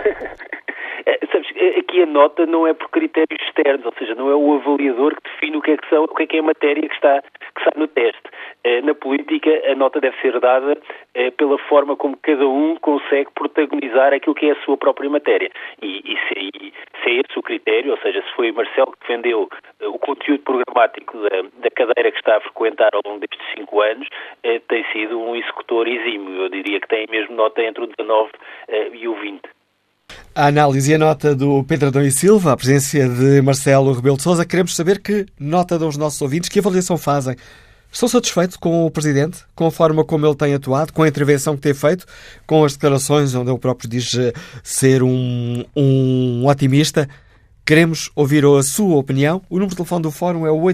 Sabes, aqui a nota não é por critérios externos, ou seja, não é o avaliador que define o que é a matéria que está no teste. Na política, a nota deve ser dada pela forma como cada um consegue protagonizar aquilo que é a sua própria matéria. E se é esse o critério, ou seja, se foi Marcelo que defendeu o conteúdo programático da cadeira que está a frequentar ao longo destes 5 anos, tem sido um executor exímio. Eu diria que tem mesmo nota entre o 19 e o 20. A análise e a nota do Pedro Adão e Silva, a presença de Marcelo Rebelo de Sousa. Queremos saber que nota dão os nossos ouvintes, que avaliação fazem. Estão satisfeitos com o Presidente, com a forma como ele tem atuado, com a intervenção que tem feito, com as declarações onde ele próprio diz ser um otimista? Queremos ouvir a sua opinião. O número de telefone do Fórum é o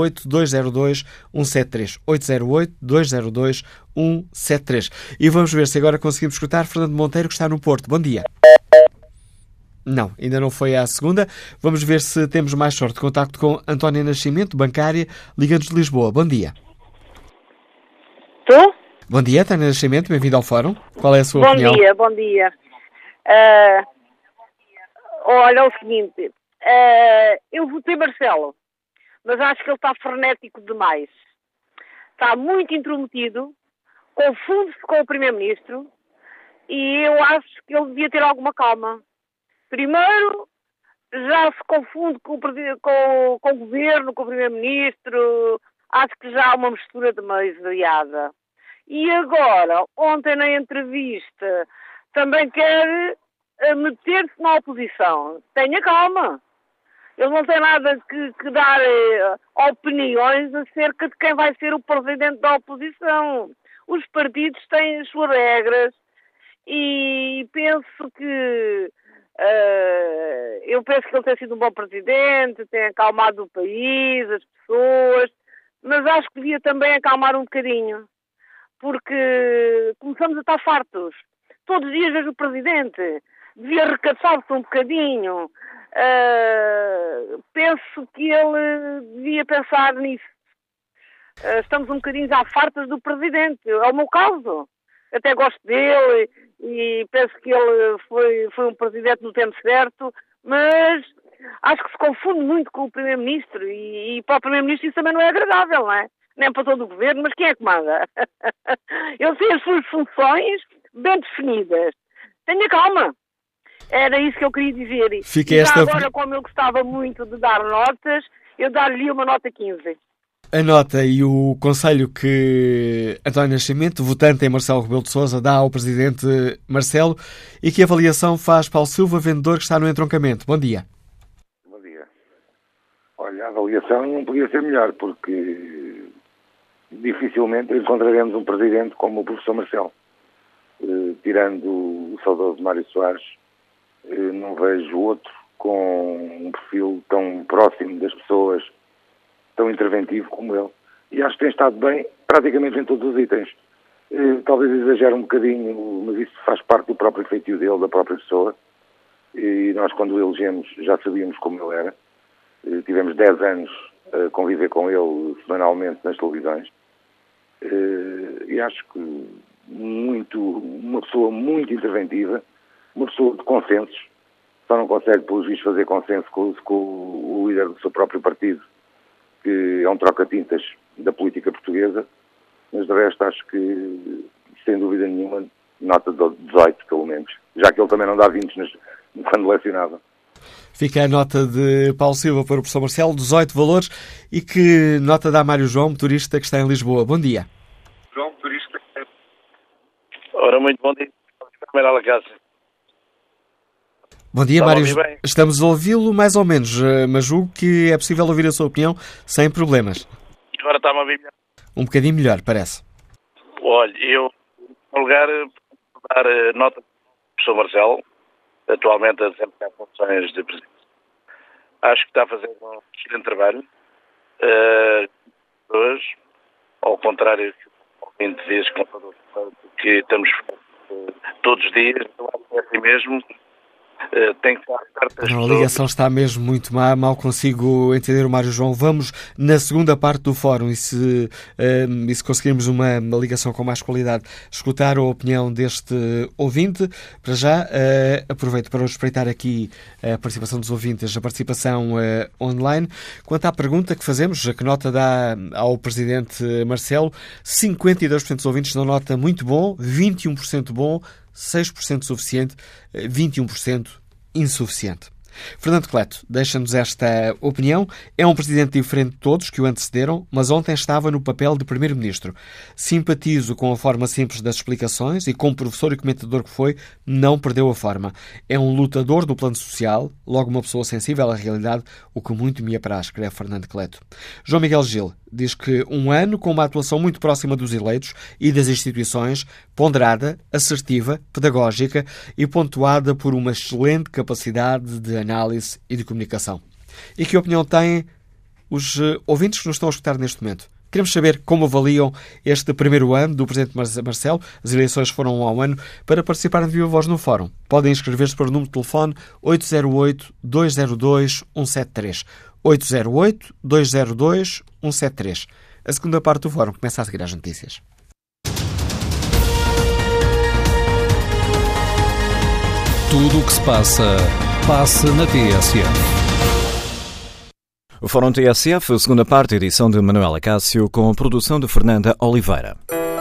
808-202-173. 808-202-173. E vamos ver se agora conseguimos escutar Fernando Monteiro, que está no Porto. Bom dia. Não, ainda não foi à segunda. Vamos ver se temos mais sorte. Contacto com Antónia Nascimento, bancária, Liga-nos de Lisboa. Bom dia. Tu? Bom dia, Antónia Nascimento, bem-vindo ao Fórum. Qual é a sua opinião? Bom dia. Olha, é o seguinte, eu votei Marcelo, mas acho que ele está frenético demais. Está muito intrometido, confunde-se com o Primeiro-Ministro e eu acho que ele devia ter alguma calma. Primeiro, já se confunde com o Governo, com o Primeiro-Ministro, acho que já há uma mistura demasiada. E agora, ontem na entrevista, também quer meter-se na oposição. Tenha calma. Ele não tem nada que dar opiniões acerca de quem vai ser o presidente da oposição. Os partidos têm as suas regras e penso que ele tem sido um bom presidente, tem acalmado o país, as pessoas, mas acho que devia também acalmar um bocadinho, porque começamos a estar fartos. Todos os dias vejo o presidente, devia recaçar-se um bocadinho. Penso que ele devia pensar nisso. Estamos um bocadinho já fartas do presidente, é o meu caso. Até gosto dele e penso que ele foi um presidente no tempo certo, mas acho que se confunde muito com o Primeiro-Ministro e para o Primeiro-Ministro isso também não é agradável, não é? Nem para todo o governo, mas quem é que manda? Ele tem as suas funções bem definidas. Tenha calma. Era isso que eu queria dizer. E agora, como eu gostava muito de dar notas, eu dar-lhe uma nota 15. A nota e o conselho que António Nascimento, votante em Marcelo Rebelo de Sousa, dá ao presidente Marcelo, e que avaliação faz Paulo Silva, vendedor que está no entroncamento. Bom dia. Bom dia. Olha, a avaliação não podia ser melhor, porque dificilmente encontraremos um presidente como o professor Marcelo. Tirando o saudoso Mário Soares, não vejo outro com um perfil tão próximo das pessoas, tão interventivo como ele. E acho que tem estado bem praticamente em todos os itens. Talvez exagere um bocadinho, mas isso faz parte do próprio feitio dele, da própria pessoa. E nós, quando o elegemos, já sabíamos como ele era. Tivemos 10 anos a conviver com ele semanalmente nas televisões. E acho que uma pessoa muito interventiva, uma pessoa de consensos, só não consegue, pelos vistos, fazer consenso com o líder do seu próprio partido, que é um troca-tintas da política portuguesa, mas de resto acho que, sem dúvida nenhuma, nota de 18, pelo menos, já que ele também não dá 20 quando lecionava. Fica a nota de Paulo Silva para o professor Marcelo, 18 valores, e que nota dá Mário João, motorista que está em Lisboa. Bom dia. João, motorista. Ora, muito bom dia. Primeira casa. Bom dia, Mário. Estamos a ouvi-lo mais ou menos, mas julgo que é possível ouvir a sua opinião sem problemas. Agora está-me a ouvir melhor? Um bocadinho melhor, parece. Olha, eu, em lugar de dar nota ao professor Marcelo, atualmente a desempenhar funções de presidente, acho que está a fazer um excelente trabalho. Hoje, ao contrário que o ouvinte diz, que estamos todos os dias, eu acho que é assim mesmo. Tem que estar certas A ligação está mesmo muito má, mal consigo entender o Mário João. Vamos na segunda parte do fórum e se conseguirmos uma ligação com mais qualidade, escutar a opinião deste ouvinte. Para já, aproveito para espreitar aqui a participação dos ouvintes, a participação online. Quanto à pergunta que fazemos, que nota dá ao Presidente Marcelo, 52% dos ouvintes dão nota muito bom, 21% bom, 6% suficiente, 21% insuficiente. Fernando Cleto deixa-nos esta opinião. É um presidente diferente de todos que o antecederam, mas ontem estava no papel de primeiro-ministro. Simpatizo com a forma simples das explicações e, como professor e comentador que foi, não perdeu a forma. É um lutador do plano social, logo uma pessoa sensível à realidade, o que muito me apraz, escreve Fernando Cleto. João Miguel Gil diz que um ano com uma atuação muito próxima dos eleitos e das instituições, ponderada, assertiva, pedagógica e pontuada por uma excelente capacidade de análise e de comunicação. E que opinião têm os ouvintes que nos estão a escutar neste momento? Queremos saber como avaliam este primeiro ano do Presidente Marcelo. As eleições foram há um ano. Para participarem de viva voz no fórum, podem inscrever-se para o número de telefone 808-202-173. 808-202-173. A segunda parte do fórum começa a seguir às notícias. Tudo o que se passa, passa na TSF. O Fórum TSF, a segunda parte, edição de Manuela Cássio, com a produção de Fernanda Oliveira.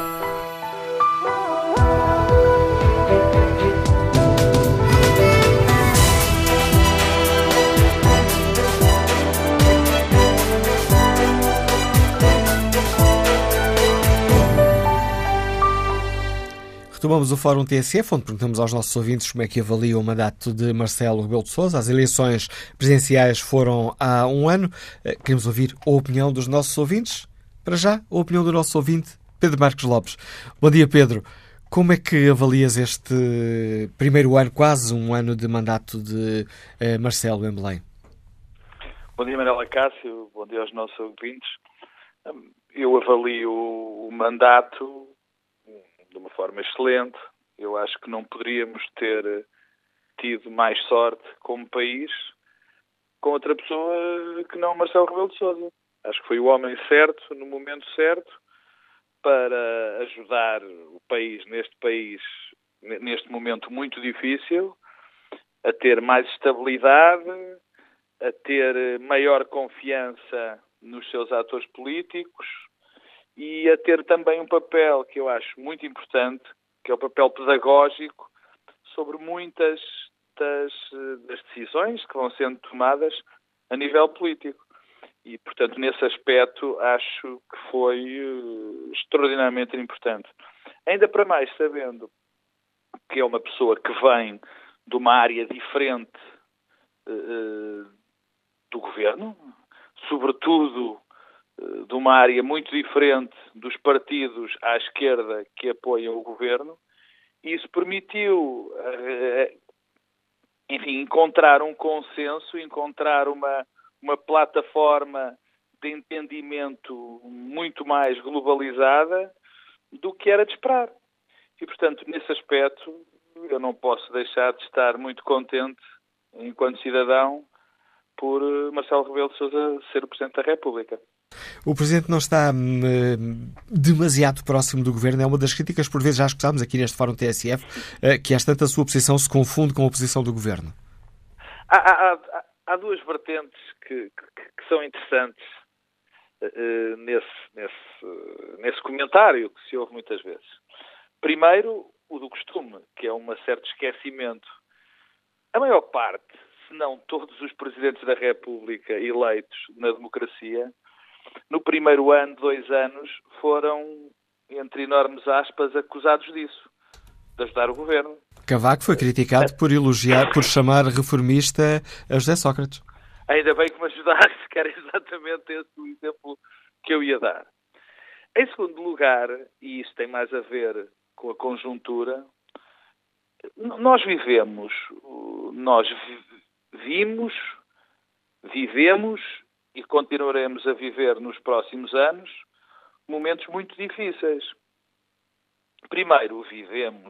Retomamos o Fórum TSF, onde perguntamos aos nossos ouvintes como é que avaliam o mandato de Marcelo Rebelo de Sousa. As eleições presidenciais foram há um ano. Queremos ouvir a opinião dos nossos ouvintes. Para já, a opinião do nosso ouvinte, Pedro Marcos Lopes. Bom dia, Pedro. Como é que avalias este primeiro ano, quase um ano de mandato de Marcelo em Belém? Bom dia, Manuela Cássio. Bom dia aos nossos ouvintes. Eu avalio o mandato de uma forma excelente. Eu acho que não poderíamos ter tido mais sorte como país com outra pessoa que não Marcelo Rebelo de Sousa. Acho que foi o homem certo, no momento certo, para ajudar o país, neste momento muito difícil, a ter mais estabilidade, a ter maior confiança nos seus atores políticos e a ter também um papel que eu acho muito importante, que é o papel pedagógico sobre muitas das decisões que vão sendo tomadas a nível político. E, portanto, nesse aspecto, acho que foi extraordinariamente importante. Ainda para mais, sabendo que é uma pessoa que vem de uma área diferente do governo, sobretudo de uma área muito diferente dos partidos à esquerda que apoiam o governo, e isso permitiu, encontrar um consenso, encontrar uma plataforma de entendimento muito mais globalizada do que era de esperar. E, portanto, nesse aspecto, eu não posso deixar de estar muito contente, enquanto cidadão, por Marcelo Rebelo de Sousa ser o Presidente da República. O Presidente não está demasiado próximo do Governo. É uma das críticas, por vezes já escutámos aqui neste Fórum TSF, que às tantas a sua posição se confunde com a posição do Governo. Há duas vertentes que são interessantes nesse comentário que se ouve muitas vezes. Primeiro, o do costume, que é um certo esquecimento. A maior parte, se não todos os Presidentes da República eleitos na democracia, no primeiro ano, 2 anos, foram, entre enormes aspas, acusados disso, de ajudar o governo. Cavaco foi criticado por chamar reformista a José Sócrates. Ainda bem que me ajudaste, que era exatamente esse o exemplo que eu ia dar. Em segundo lugar, e isso tem mais a ver com a conjuntura, nós vivemos e continuaremos a viver nos próximos anos momentos muito difíceis. Primeiro, vivemos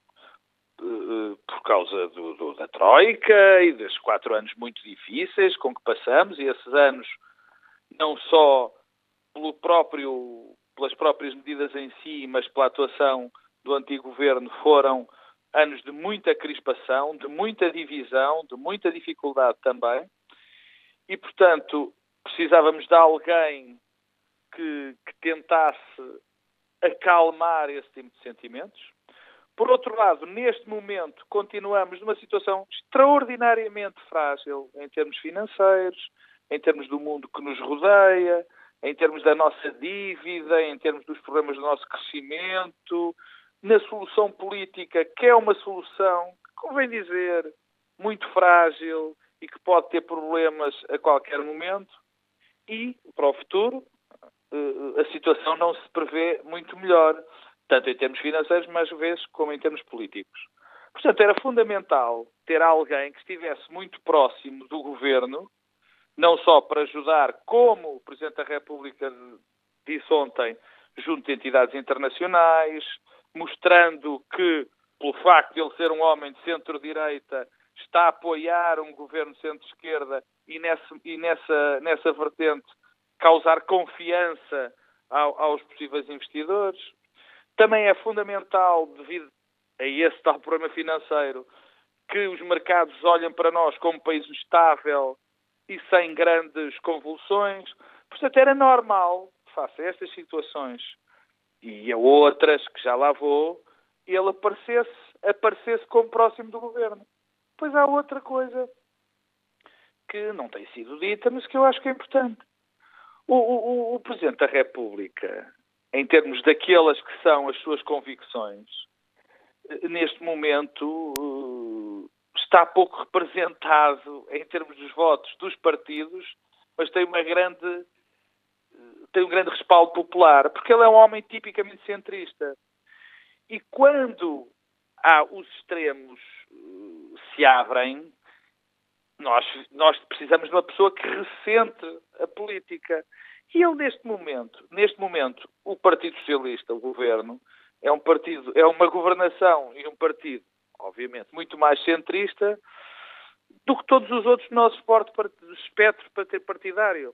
por causa da Troika e dos 4 anos muito difíceis com que passamos, e esses anos, não só pelas próprias medidas em si, mas pela atuação do antigo governo, foram anos de muita crispação, de muita divisão, de muita dificuldade também, e, portanto, precisávamos de alguém que tentasse acalmar esse tipo de sentimentos. Por outro lado, neste momento, continuamos numa situação extraordinariamente frágil em termos financeiros, em termos do mundo que nos rodeia, em termos da nossa dívida, em termos dos problemas do nosso crescimento, na solução política, que é uma solução, convém dizer, muito frágil e que pode ter problemas a qualquer momento. E, para o futuro, a situação não se prevê muito melhor, tanto em termos financeiros, mas vezes como em termos políticos. Portanto, era fundamental ter alguém que estivesse muito próximo do governo, não só para ajudar, como o Presidente da República disse ontem, junto de entidades internacionais, mostrando que, pelo facto de ele ser um homem de centro-direita, está a apoiar um governo de centro-esquerda e nessa vertente causar confiança aos possíveis investidores. Também é fundamental, devido a esse tal problema financeiro, que os mercados olhem para nós como um país estável e sem grandes convulsões. Portanto, era normal, face a estas situações e a outras que já lá vou, ele aparecesse como próximo do governo. Pois há outra coisa que não tem sido dita, mas que eu acho que é importante. O Presidente da República, em termos daquelas que são as suas convicções, neste momento está pouco representado em termos dos votos dos partidos, mas tem um grande respaldo popular, porque ele é um homem tipicamente centrista. E quando os extremos se abrem, nós precisamos de uma pessoa que ressente a política. E ele, neste momento, o Partido Socialista, o governo, é uma governação e um partido, obviamente, muito mais centrista do que todos os outros do nosso espectro partidário.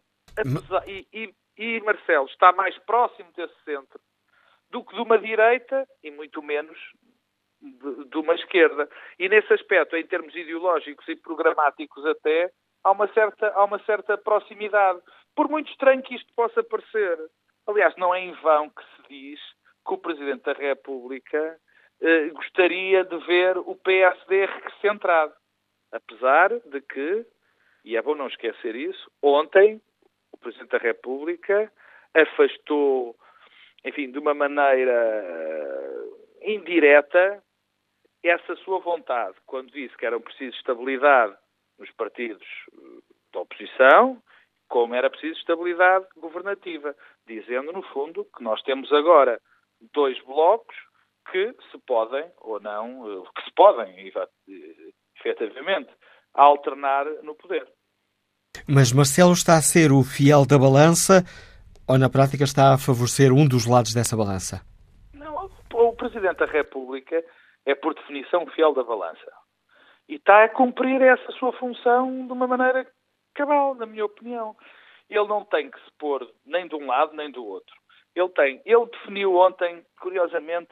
E Marcelo está mais próximo desse centro do que de uma direita e muito menos de uma esquerda. E nesse aspecto, em termos ideológicos e programáticos até, há uma certa proximidade. Por muito estranho que isto possa parecer. Aliás, não é em vão que se diz que o Presidente da República gostaria de ver o PSD recentrado. Apesar de que, e é bom não esquecer isso, ontem o Presidente da República afastou, enfim, de uma maneira indireta, essa sua vontade, quando disse que era preciso estabilidade nos partidos da oposição, como era preciso estabilidade governativa, dizendo, no fundo, que nós temos agora 2 blocos que se podem, ou não, que se podem, efetivamente, alternar no poder. Mas Marcelo está a ser o fiel da balança ou, na prática, está a favorecer um dos lados dessa balança? Não, o Presidente da República é, por definição, o fiel da balança. E está a cumprir essa sua função de uma maneira cabal, na minha opinião. Ele não tem que se pôr nem de um lado nem do outro. Ele definiu ontem, curiosamente,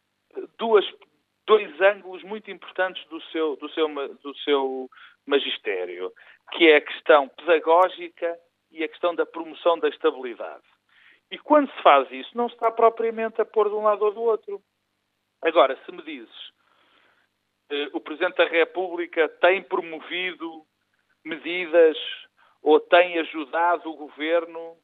dois ângulos muito importantes do seu magistério, que é a questão pedagógica e a questão da promoção da estabilidade. E quando se faz isso, não se está propriamente a pôr de um lado ou do outro. Agora, se me dizes, o Presidente da República tem promovido medidas ou tem ajudado o Governo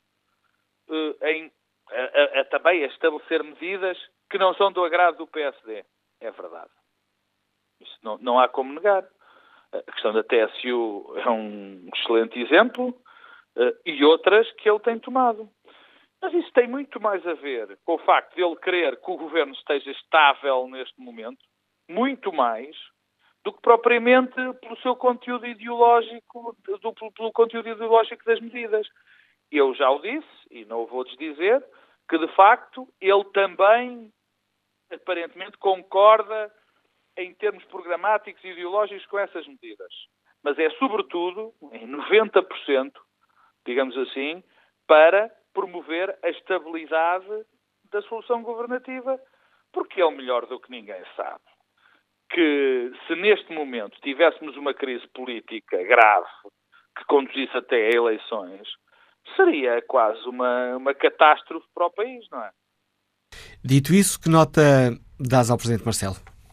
também a estabelecer medidas que não são do agrado do PSD. É verdade. Isso não há como negar. A questão da TSU é um excelente exemplo e outras que ele tem tomado. Mas isso tem muito mais a ver com o facto de ele querer que o Governo esteja estável neste momento, muito mais, do que propriamente pelo seu conteúdo ideológico, pelo conteúdo ideológico das medidas. Eu já o disse, e não o vou desdizer, que de facto ele também aparentemente concorda em termos programáticos e ideológicos com essas medidas. Mas é sobretudo, em 90%, digamos assim, para promover a estabilidade da solução governativa, porque ele melhor do que ninguém sabe que se neste momento tivéssemos uma crise política grave que conduzisse até a eleições, seria quase uma catástrofe para o país, não é? Dito isso, que nota dás ao Presidente Marcelo?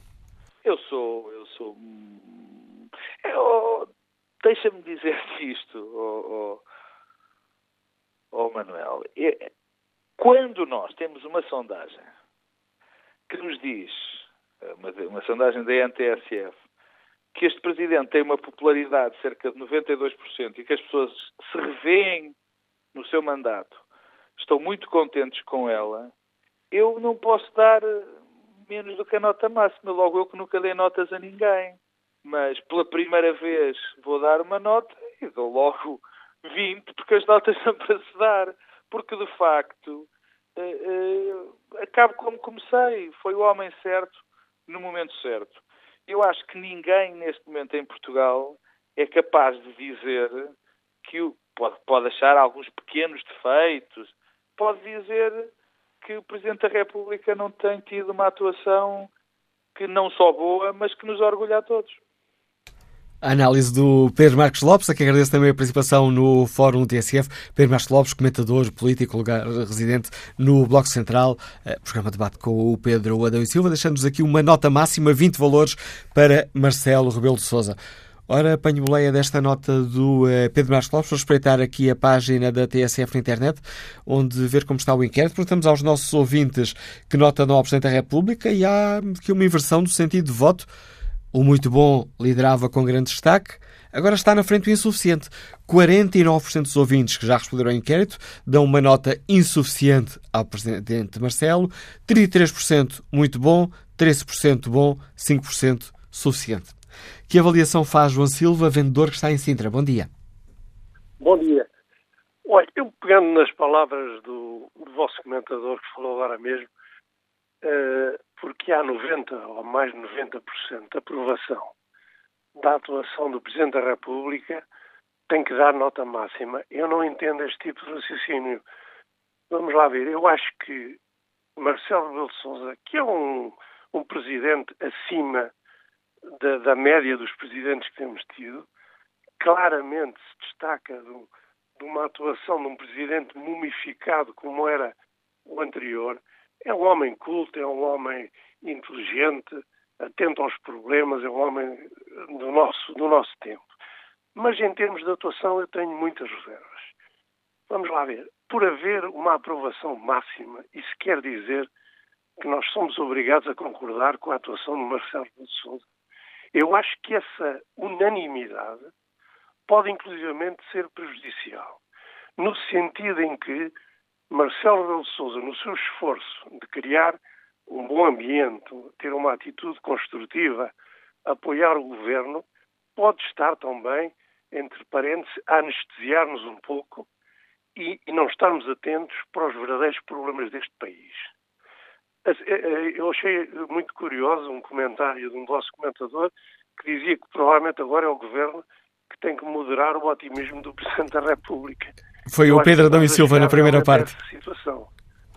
Deixa-me dizer-te isto, Manuel. Quando nós temos uma sondagem que nos diz, uma sondagem da NTSF, que este Presidente tem uma popularidade de cerca de 92% e que as pessoas se revêem no seu mandato, estão muito contentes com ela, eu não posso dar menos do que a nota máxima. Logo, eu que nunca dei notas a ninguém. Mas pela primeira vez vou dar uma nota e dou logo 20, porque as notas são para se dar. porque de facto acabo como comecei. Foi o homem certo no momento certo. Eu acho que ninguém neste momento em Portugal é capaz de dizer que pode achar alguns pequenos defeitos, pode dizer que o Presidente da República não tem tido uma atuação que não só boa, mas que nos orgulha a todos. A análise do Pedro Marcos Lopes, a que agradeço também a participação no Fórum TSF. Pedro Marcos Lopes, comentador político, lugar residente no Bloco Central, programa de debate com o Pedro Adão e Silva, deixando-nos aqui uma nota máxima, 20 valores para Marcelo Rebelo de Sousa. Ora, apanho boleia desta nota do Pedro Marcos Lopes, vou espreitar aqui a página da TSF na internet, onde ver como está o inquérito. Perguntamos aos nossos ouvintes que nota dão ao Presidente da República e há aqui uma inversão do sentido de voto. O muito bom liderava com grande destaque, agora está na frente o insuficiente. 49% dos ouvintes que já responderam ao inquérito dão uma nota insuficiente ao Presidente Marcelo, 33% muito bom, 13% bom, 5% suficiente. Que avaliação faz João Silva, vendedor que está em Sintra? Bom dia. Bom dia. Olha, eu pegando nas palavras do vosso comentador que falou agora mesmo, porque há 90% ou mais de 90% de aprovação da atuação do Presidente da República, tem que dar nota máxima. Eu não entendo este tipo de raciocínio. Vamos lá ver. Eu acho que Marcelo Rebelo de Sousa, que é um presidente acima da média dos presidentes que temos tido, claramente se destaca de uma atuação de um presidente mumificado como era o anterior. É um homem culto, é um homem inteligente, atento aos problemas, é um homem do nosso tempo. Mas em termos de atuação eu tenho muitas reservas. Vamos lá ver. Por haver uma aprovação máxima, isso quer dizer que nós somos obrigados a concordar com a atuação de Marcelo Rebelo de Sousa. Eu acho que essa unanimidade pode inclusivamente ser prejudicial, no sentido em que Marcelo Rebelo de Sousa, no seu esforço de criar um bom ambiente, ter uma atitude construtiva, apoiar o governo, pode estar também, entre parênteses, a anestesiar-nos um pouco e não estarmos atentos para os verdadeiros problemas deste país. Eu achei muito curioso um comentário de um vosso comentador que dizia que provavelmente agora é o governo que tem que moderar o otimismo do Presidente da República. Foi o Pedro Adão e Silva na primeira parte. Situação.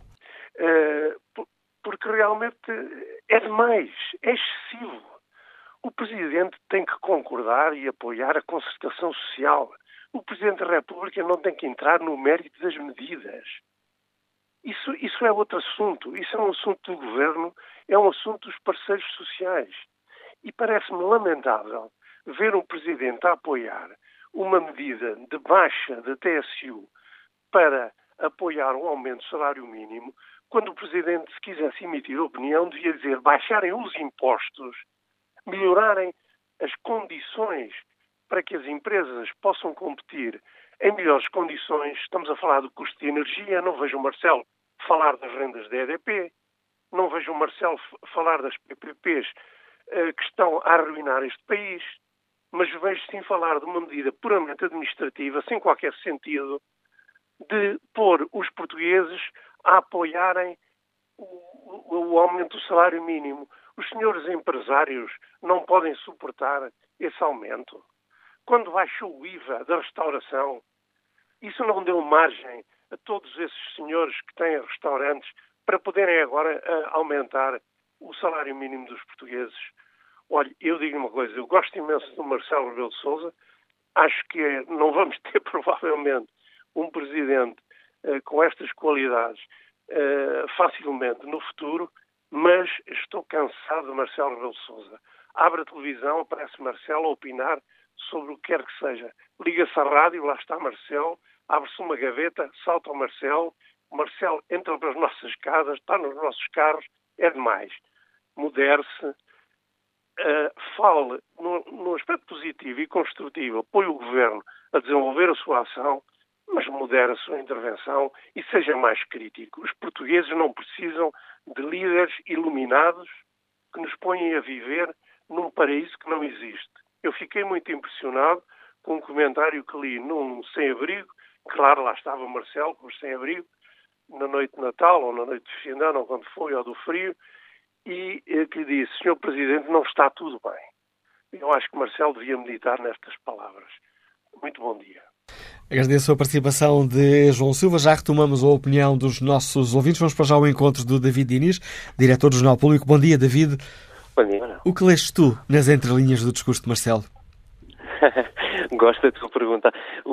Porque realmente é demais, é excessivo. O Presidente tem que concordar e apoiar a concertação social. O Presidente da República não tem que entrar no mérito das medidas. Isso é outro assunto. Isso é um assunto do Governo, é um assunto dos parceiros sociais. E parece-me lamentável ver um Presidente a apoiar uma medida de baixa da TSU para apoiar um aumento do salário mínimo, quando o Presidente, se quisesse emitir opinião, devia dizer baixarem os impostos, melhorarem as condições para que as empresas possam competir em melhores condições. Estamos a falar do custo de energia, não vejo o Marcelo falar das rendas da EDP, não vejo o Marcelo falar das PPPs que estão a arruinar este país, mas vejo sim falar de uma medida puramente administrativa, sem qualquer sentido, de pôr os portugueses a apoiarem o aumento do salário mínimo. Os senhores empresários não podem suportar esse aumento. Quando baixou o IVA da restauração, isso não deu margem a todos esses senhores que têm restaurantes para poderem agora aumentar o salário mínimo dos portugueses. Olha, eu digo uma coisa, eu gosto imenso do Marcelo Rebelo de Sousa, acho que não vamos ter provavelmente um presidente com estas qualidades facilmente no futuro, mas estou cansado de Marcelo Rebelo de Sousa. Abre a televisão, aparece Marcelo a opinar sobre o que quer que seja. Liga-se à rádio, lá está Marcelo, abre-se uma gaveta, salta o Marcelo entra para as nossas casas, está nos nossos carros, é demais. Modere-se, fale no aspecto positivo e construtivo, apoie o Governo a desenvolver a sua ação, mas modere a sua intervenção e seja mais crítico. Os portugueses não precisam de líderes iluminados que nos ponham a viver num paraíso que não existe. Eu fiquei muito impressionado com um comentário que li num sem-abrigo Claro, lá estava o Marcelo, com os sem-abrigo, na noite de Natal, ou na noite de fim de ano, ou quando foi, ou do frio, e que lhe disse: Senhor Presidente, não está tudo bem. Eu acho que Marcelo devia meditar nestas palavras. Muito bom dia. Agradeço a participação de João Silva. Já retomamos a opinião dos nossos ouvintes. Vamos para já ao encontro do David Diniz, diretor do Jornal Público. Bom dia, David. Bom dia. O que leste tu nas entrelinhas do discurso de Marcelo? Gosto da tua pergunta.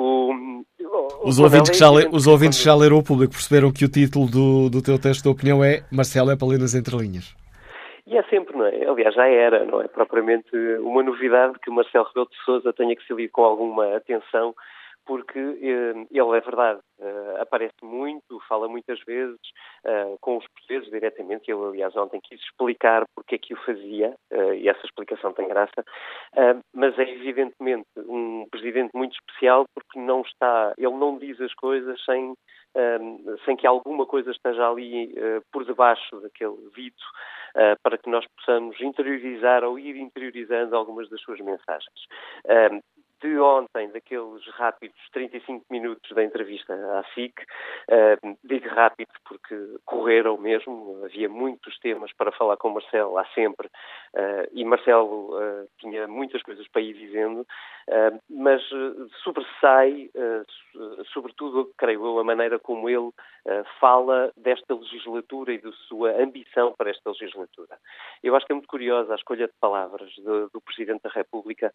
Os ouvintes que já leram o Público perceberam que o título do teu texto de opinião é Marcelo é para ler nas entrelinhas. E é sempre, não é? Aliás, já era, não é propriamente uma novidade que o Marcelo Rebelo de Sousa tenha que se ler com alguma atenção, porque ele, é verdade, aparece muito, fala muitas vezes com os portugueses diretamente. Ele, aliás, ontem quis explicar porque é que o fazia, e essa explicação tem graça, mas é evidentemente um presidente muito especial porque ele não diz as coisas sem que alguma coisa esteja ali por debaixo daquele dito, para que nós possamos interiorizar ou ir interiorizando algumas das suas mensagens. De ontem, daqueles rápidos 35 minutos da entrevista à SIC, digo rápido porque correram mesmo, havia muitos temas para falar com o Marcelo, há sempre, e Marcelo tinha muitas coisas para ir dizendo, mas sobressai, sobretudo, creio eu, a maneira como ele fala desta legislatura e da sua ambição para esta legislatura. Eu acho que é muito curiosa a escolha de palavras do Presidente da República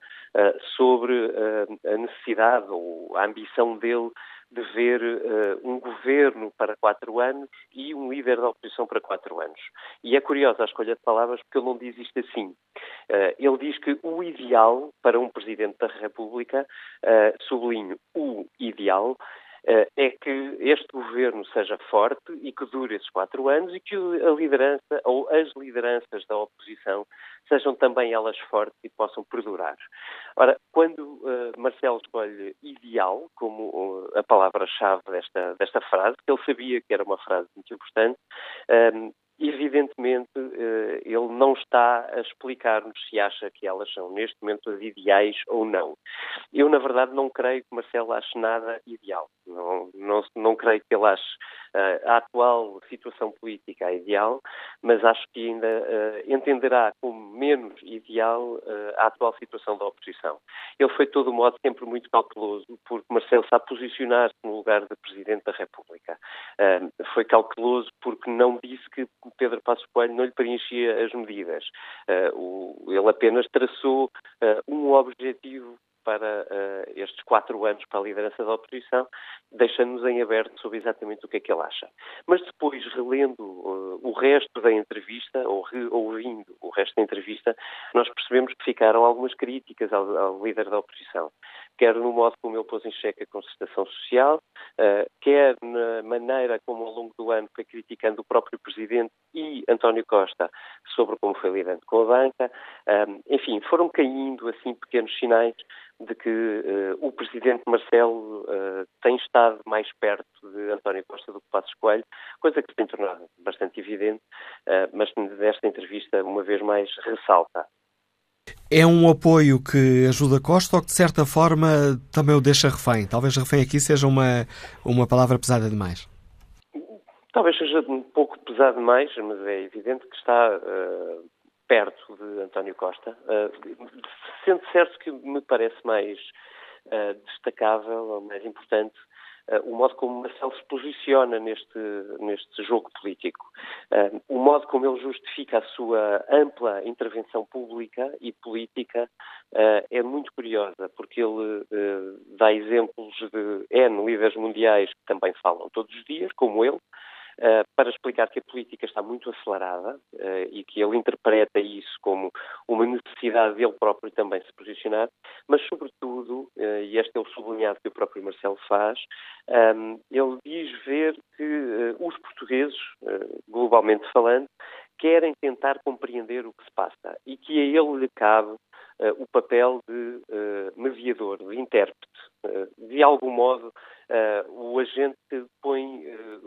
sobre a necessidade ou a ambição dele de ver um governo para 4 anos e um líder da oposição para 4 anos. E é curiosa a escolha de palavras porque ele não diz isto assim. Ele diz que o ideal para um Presidente da República, sublinho, o ideal, é que este governo seja forte e que dure esses 4 anos e que a liderança ou as lideranças da oposição sejam também elas fortes e possam perdurar. Ora, quando Marcelo escolhe ideal como a palavra-chave desta frase, que ele sabia que era uma frase muito importante, evidentemente, ele não está a explicar-nos se acha que elas são, neste momento, as ideais ou não. Eu, na verdade, não creio que Marcelo ache nada ideal. Não creio que ele ache a atual situação política a ideal, mas acho que ainda entenderá como menos ideal a atual situação da oposição. Ele foi, de todo modo, sempre muito cauteloso, porque Marcelo sabe posicionar-se no lugar de Presidente da República. Foi cauteloso porque não disse que Pedro Passos Coelho não lhe preenchia as medidas. Ele apenas traçou um objetivo para estes 4 anos para a liderança da oposição, deixando-nos em aberto sobre exatamente o que é que ele acha. Mas depois, relendo o resto da entrevista, ou ouvindo o resto da entrevista, nós percebemos que ficaram algumas críticas ao líder da oposição, quer no modo como ele pôs em xeque a concertação social, quer na maneira como ao longo do ano foi criticando o próprio Presidente e António Costa sobre como foi lidando com a banca. Enfim, foram caindo assim pequenos sinais de que o Presidente Marcelo tem estado mais perto de António Costa do que Passos Coelho, coisa que se tem tornado bastante evidente, mas nesta entrevista, uma vez mais, ressalta. É um apoio que ajuda Costa ou que, de certa forma, também o deixa refém? Talvez refém aqui seja uma palavra pesada demais. Talvez seja um pouco pesado demais, mas é evidente que está perto de António Costa. Sendo certo que me parece mais destacável, ou mais importante, o modo como Marcelo se posiciona neste jogo político. O modo como ele justifica a sua ampla intervenção pública e política é muito curiosa, porque ele dá exemplos de N líderes mundiais que também falam todos os dias, como ele, para explicar que a política está muito acelerada e que ele interpreta isso como uma necessidade dele próprio também se posicionar, mas sobretudo, e este é o sublinhado que o próprio Marcelo faz, ele diz ver que os portugueses, globalmente falando, querem tentar compreender o que se passa e que a ele lhe cabe o papel de mediador, de intérprete, de algum modo o agente põe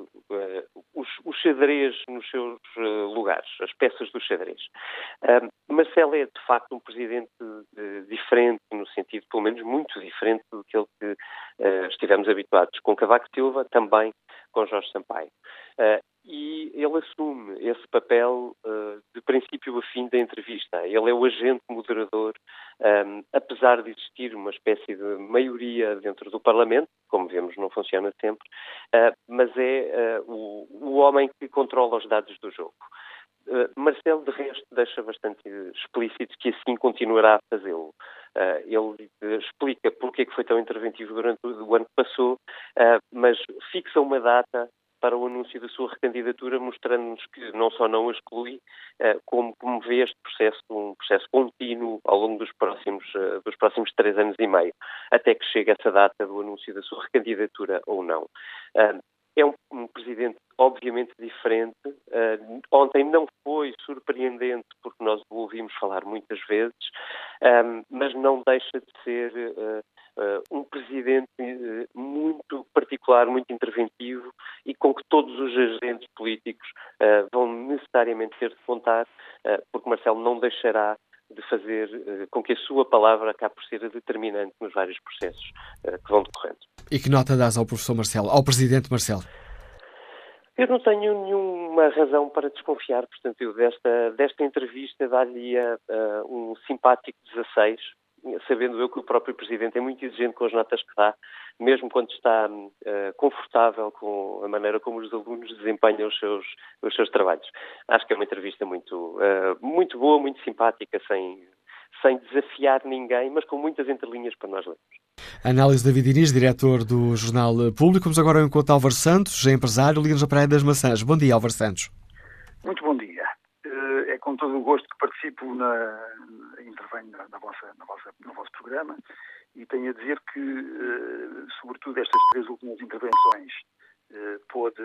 os xadrez nos seus lugares, as peças do xadrez. Marcelo é, de facto, um presidente diferente, no sentido, pelo menos, muito diferente do que estivemos habituados com Cavaco Silva, também com Jorge Sampaio. E ele assume esse papel de princípio a fim da entrevista. Ele é o agente moderador, apesar de existir uma espécie de maioria dentro do Parlamento, como vemos não funciona sempre, mas é o homem que controla os dados do jogo. Marcelo, de resto, deixa bastante explícito que assim continuará a fazê-lo. Ele explica porque é que foi tão interventivo durante o ano que passou, mas fixa uma data para o anúncio da sua recandidatura, mostrando-nos que não só não exclui, como vê este processo, um processo contínuo ao longo dos próximos 3 anos e meio, até que chegue essa data do anúncio da sua recandidatura ou não. É um presidente obviamente diferente. Ontem não foi surpreendente porque nós o ouvimos falar muitas vezes, mas não deixa de ser um presidente muito particular, muito interventivo e com que todos os agentes políticos vão necessariamente ter de contar, porque Marcelo não deixará de fazer com que a sua palavra acabe por ser determinante nos vários processos que vão decorrendo. E que nota dás ao professor Marcelo, ao presidente Marcelo? Eu não tenho nenhuma razão para desconfiar, portanto, eu desta entrevista dar-lhe um simpático 16, sabendo eu que o próprio Presidente é muito exigente com as notas que dá, mesmo quando está confortável com a maneira como os alunos desempenham os seus trabalhos. Acho que é uma entrevista muito boa, muito simpática, sem desafiar ninguém, mas com muitas entrelinhas para nós lermos. Análise David Inês, diretor do Jornal Público. Vamos agora ao encontro de Álvaro Santos, empresário, liga-nos a Praia das Maçãs. Bom dia, Álvaro Santos. Muito bom dia. É com todo o gosto que participo intervenho no vosso programa e tenho a dizer que, sobretudo, estas 3 últimas intervenções pôde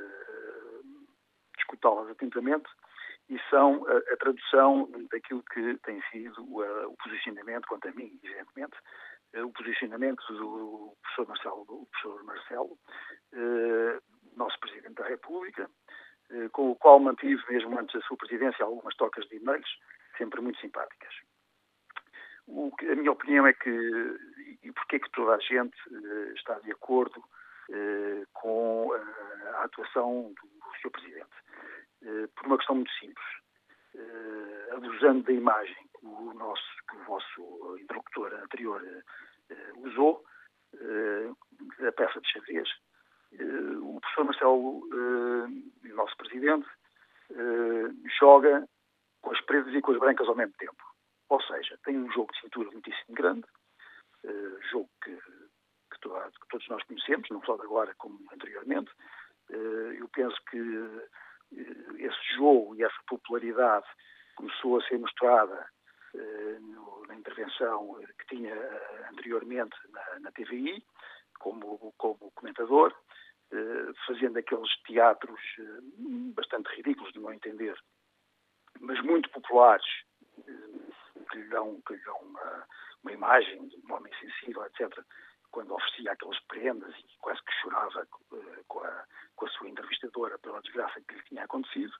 escutá-las atentamente e são a tradução daquilo que tem sido o posicionamento, quanto a mim, evidentemente, o posicionamento do professor Marcelo, nosso Presidente da República, com o qual mantive, mesmo antes da sua presidência, algumas trocas de e-mails, sempre muito simpáticas. A minha opinião é que, e porque é que toda a gente está de acordo com a atuação do Sr. Presidente? Por uma questão muito simples. Abusando da imagem que o vosso interlocutor anterior usou, a peça de xadrez, o professor Marcelo, nosso Presidente, joga com as pretas e com as brancas ao mesmo tempo. Ou seja, tem um jogo de cintura muitíssimo grande, jogo que todos nós conhecemos, não só de agora como anteriormente. Eu penso que esse jogo e essa popularidade começou a ser mostrada na intervenção que tinha anteriormente na TVI, como comentador, fazendo aqueles teatros bastante ridículos, do meu entender, mas muito populares, que lhe dão uma imagem de um homem sensível, etc., quando oferecia aquelas prendas e quase que chorava com a sua entrevistadora pela desgraça que lhe tinha acontecido.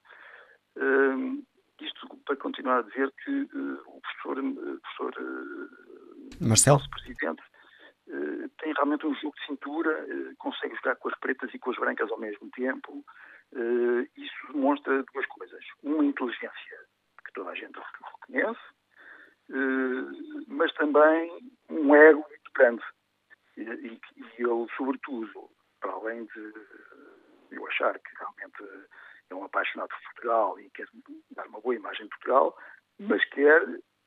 Isto para continuar a dizer que o professor Marcelo, nosso Presidente, tem realmente um jogo de cintura, consegue jogar com as pretas e com as brancas ao mesmo tempo. Isso demonstra 2 coisas. Uma inteligência que toda a gente reconhece, mas também um ego muito grande. E ele, sobretudo, para além de eu achar que realmente é um apaixonado por Portugal e quer dar uma boa imagem de Portugal, mas quer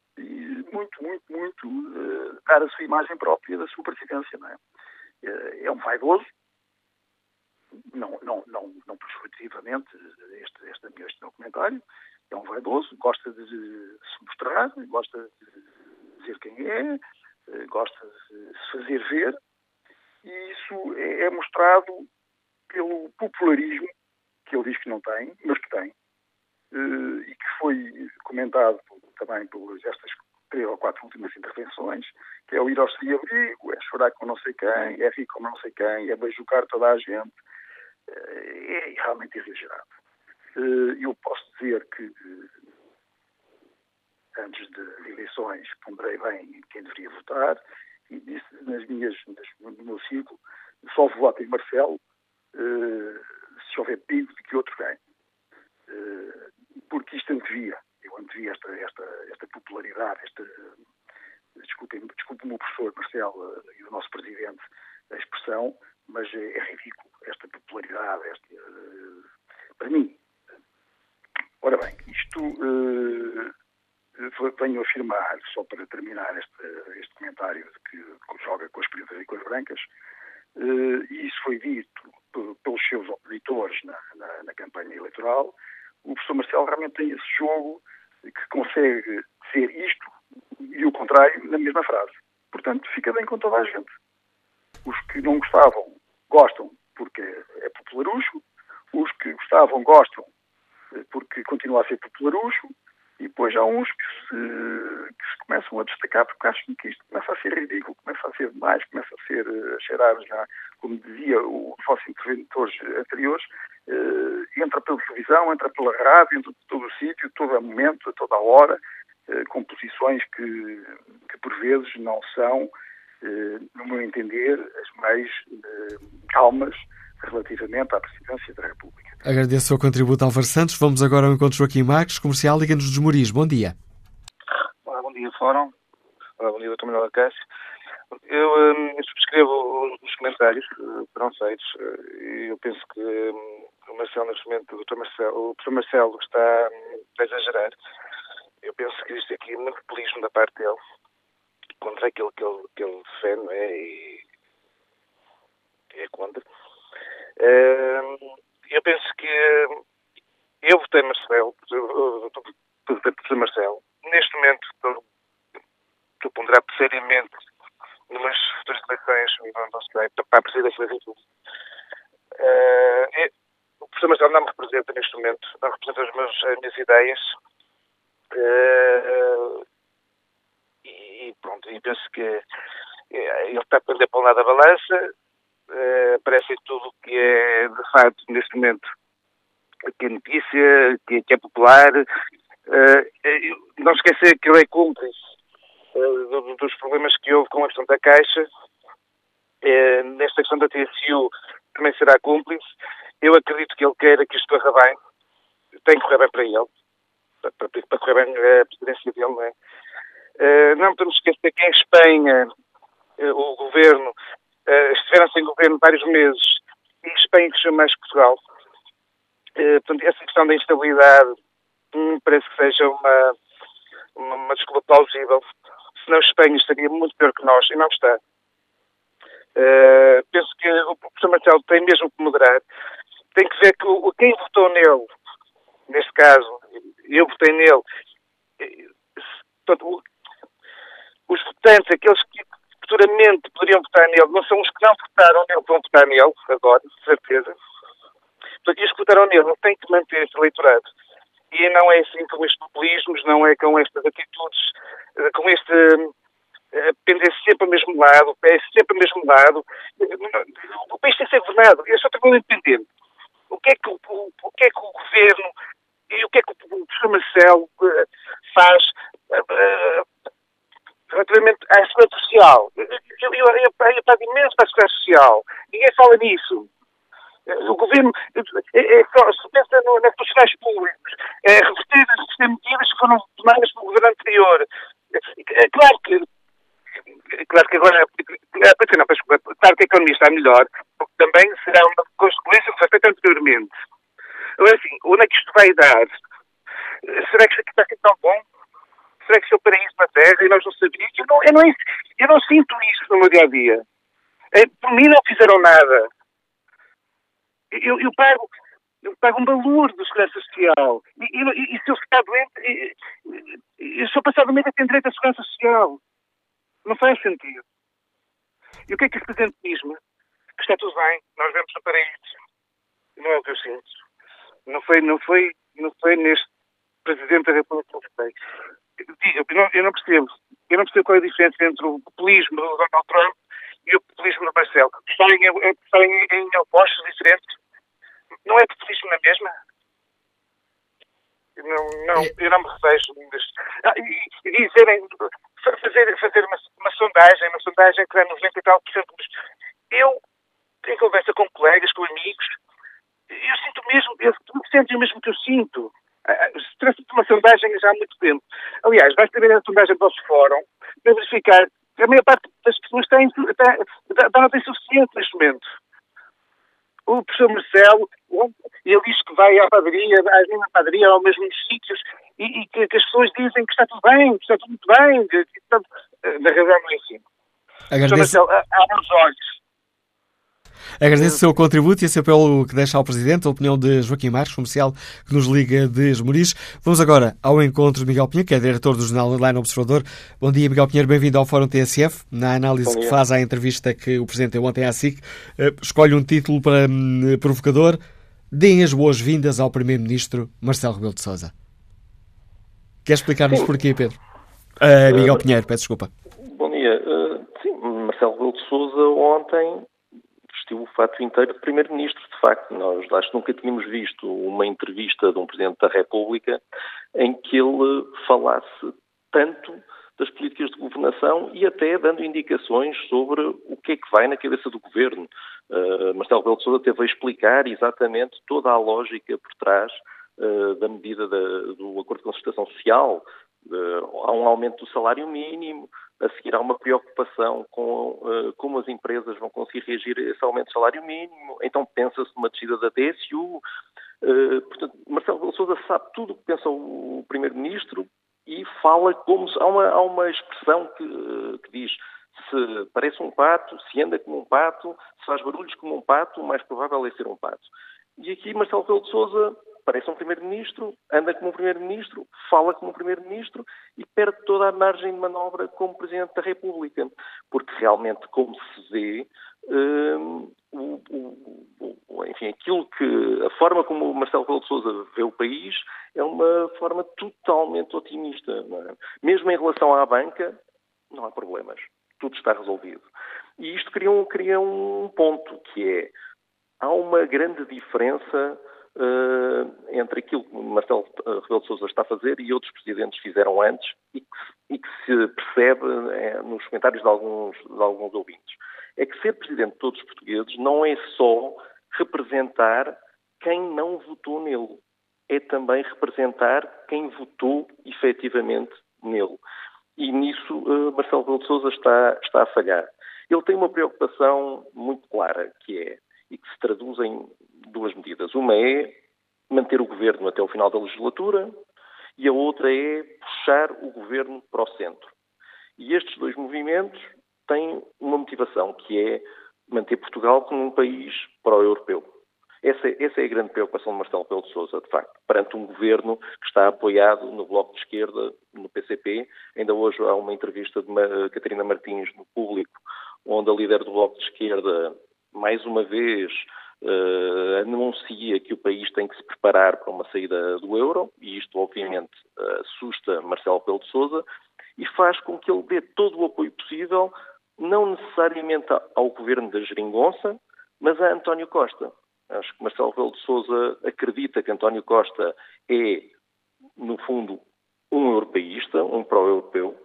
muito dar a sua imagem própria da sua presidência, não é? É um vaidoso, não pejorativamente este meu comentário, é um vaidoso, gosta de se mostrar, gosta de dizer quem é, gosta de se fazer ver, e isso é mostrado pelo popularismo que ele diz que não tem, mas que tem, e que foi comentado também por estas 3 ou 4 últimas intervenções, que é o ir ao sem-abrigo, é chorar com não sei quem, é rir com não sei quem, é beijocar toda a gente. É realmente exagerado. Eu posso dizer que antes das eleições ponderei bem quem deveria votar e disse no meu ciclo, só voto em Marcelo se houver perigo de que outro ganhe. Porque isto eu antevia esta popularidade, desculpe-me o professor Marcelo e o nosso presidente a expressão, mas é ridículo esta popularidade, para mim. Ora bem, isto venho afirmar, só para terminar este comentário de que joga com as pretas e com as brancas, e isso foi dito pelos seus opositores na campanha eleitoral. O professor Marcelo realmente tem esse jogo que consegue dizer isto e o contrário na mesma frase. Portanto, fica bem com toda a gente. Os que não gostavam, gostam porque é popularucho. Os que gostavam, gostam porque continua a ser popularucho. E depois há uns que se começam a destacar porque acham que isto começa a ser ridículo, começa a ser demais, começa a ser a cheirar já, como dizia os vossos interventores anteriores, entra pela televisão, entra pela rádio, entra por todo o sítio, todo o momento, a toda a hora, com posições que por vezes não são, no meu entender, as mais calmas relativamente à presidência da República. Agradeço o seu contributo, Álvaro Santos. Vamos agora ao encontro de Joaquim Marques, comercial, Liga-nos dos Moris. Bom dia. Olá, bom dia, Fórum. Olá, bom dia, Dr. Manuel Acácio. Eu subscrevo os comentários que foram feitos e eu penso que o Marcelo, neste momento, o professor Marcelo está a exagerar. Eu penso que existe aqui muito populismo da parte dele contra aquilo que ele defende, não é? E é contra. Eu penso que eu votei Marcelo, professor Marcelo. Neste momento estou a ponderar seriamente numas futuras eleições para a presidência da República. O professor Marcelo não me representa neste momento, não representa as minhas ideias. E pronto, e penso que ele está a prender para um lado a balança. Parece tudo o que é de facto neste momento que é notícia, que é popular. Não esquecer que ele é cúmplice dos problemas que houve com a questão da Caixa. Nesta questão da TSU também será cúmplice. Eu acredito que ele queira que isto corra bem. Tem que correr bem para ele, para correr bem a presidência dele, não é? Não podemos esquecer que em Espanha o governo estiveram sem governo vários meses e Espanha cresceu mais que Portugal. Portanto, essa questão da instabilidade parece que seja uma desculpa plausível. Senão Espanha estaria muito pior que nós e não está. Penso que o professor Marcelo tem mesmo que moderar. Tem que ver que quem votou nele, neste caso, eu votei nele, portanto, os votantes, aqueles que futuramente poderiam votar nele, não são os que não votaram nele, vão votar nele agora, de certeza. Portanto, e os que votaram nele não têm que manter esse eleitorado. E não é assim com estes populismos, não é com estas atitudes, com este pender sempre ao mesmo lado, é sempre ao mesmo lado. O país tem que ser governado. Eu só estou independente. O que é que o governo e o que é que o professor Marcelo faz relativamente à segurança social? Eu pago imenso para a segurança social. Ninguém fala nisso. O governo se pensa nas funcionários públicos, reverter as medidas que foram tomadas pelo governo anterior. Claro que agora claro que a economia está melhor, porque também será uma consequência do que foi feito anteriormente. Agora, assim, onde é que isto vai dar? Será que isto aqui está sendo tão bom? Será que isto é o paraíso na Terra e nós não sabíamos? Eu não sinto isso no meu dia-a-dia. Por mim não fizeram nada. Eu pago um valor de segurança social. E se eu ficar doente, eu sou passado meio a ter direito à segurança social. Não faz sentido. E o que é que o Presidente diz-me? Que está tudo bem, nós vemos no paraíso. Não é o que eu sinto. Não foi neste Presidente da República que eu votei. Eu não percebo. Eu não percebo qual é a diferença entre o populismo do Donald Trump e o populismo do Marcelo. Estarem em opostos diferentes. Não é populismo na mesma? Eu não me revejo nisto. E dizerem, fazer uma sondagem que dá 90 e tal %. Eu, em conversa com colegas, com amigos, eu sinto mesmo, eles sentem o mesmo que eu sinto. Se trata de uma sondagem já há muito tempo. Aliás, basta ver a sondagem do nosso fórum para verificar que a maior parte das pessoas dá nota insuficiente neste momento. O professor Marcelo, ele diz que vai à padaria, às mesmas padaria, aos mesmos sítios, e que as pessoas dizem que está tudo bem, que está tudo muito bem, na realidade não é assim. O professor Marcelo abre os olhos. Agradeço o seu contributo e esse apelo que deixa ao Presidente, a opinião de Joaquim Marques, comercial, que nos liga de Esmoriz. Vamos agora ao encontro de Miguel Pinheiro, que é diretor do jornal Online Observador. Bom dia, Miguel Pinheiro, bem-vindo ao Fórum TSF. Na análise que faz à entrevista que o Presidente deu ontem à SIC, escolhe um título para provocador: deem as boas-vindas ao Primeiro-Ministro Marcelo Rebelo de Sousa. Quer explicar-nos porquê, Pedro? Miguel Pinheiro, peço desculpa. Bom dia. Sim, Marcelo Rebelo de Sousa ontem vestiu o fato inteiro de Primeiro-Ministro, de facto. Nós acho que nunca tínhamos visto uma entrevista de um Presidente da República em que ele falasse tanto das políticas de governação e até dando indicações sobre o que é que vai na cabeça do Governo. Marcelo Rebelo de Sousa teve a explicar exatamente toda a lógica por trás da medida do Acordo de Concertação Social. Há um aumento do salário mínimo, a seguir há uma preocupação com como as empresas vão conseguir reagir a esse aumento do salário mínimo, então pensa-se numa descida da TSU. Portanto, Marcelo Rebelo de Sousa sabe tudo o que pensa o Primeiro-Ministro e fala como se... Há uma expressão que diz: se parece um pato, se anda como um pato, se faz barulhos como um pato, o mais provável é ser um pato. E aqui Marcelo Rebelo de Sousa parece um Primeiro-Ministro, anda como um Primeiro-Ministro, fala como um Primeiro-Ministro e perde toda a margem de manobra como Presidente da República. Porque realmente, como se vê, enfim, a forma como o Marcelo Rebelo de Sousa vê o país é uma forma totalmente otimista. Não é? Mesmo em relação à banca, não há problemas. Tudo está resolvido. E isto cria um ponto, que é: há uma grande diferença entre aquilo que Marcelo Rebelo de Sousa está a fazer e outros presidentes fizeram antes e que se percebe nos comentários de alguns ouvintes. É que ser presidente de todos os portugueses não é só representar quem não votou nele, é também representar quem votou efetivamente nele. E nisso Marcelo Rebelo de Sousa está a falhar. Ele tem uma preocupação muito clara, e que se traduz em duas medidas. Uma é manter o governo até o final da legislatura e a outra é puxar o governo para o centro. E estes dois movimentos têm uma motivação, que é manter Portugal como um país pró-europeu. Essa é a grande preocupação de Marcelo Rebelo de Sousa, de facto, perante um governo que está apoiado no Bloco de Esquerda, no PCP. Ainda hoje há uma entrevista de Catarina Martins no Público, onde a líder do Bloco de Esquerda, mais uma vez, anuncia que o país tem que se preparar para uma saída do euro, e isto obviamente assusta Marcelo Rebelo de Sousa e faz com que ele dê todo o apoio possível, não necessariamente ao governo da Geringonça, mas a António Costa. Acho que Marcelo Rebelo de Sousa acredita que António Costa é, no fundo, um europeísta, um pró-europeu,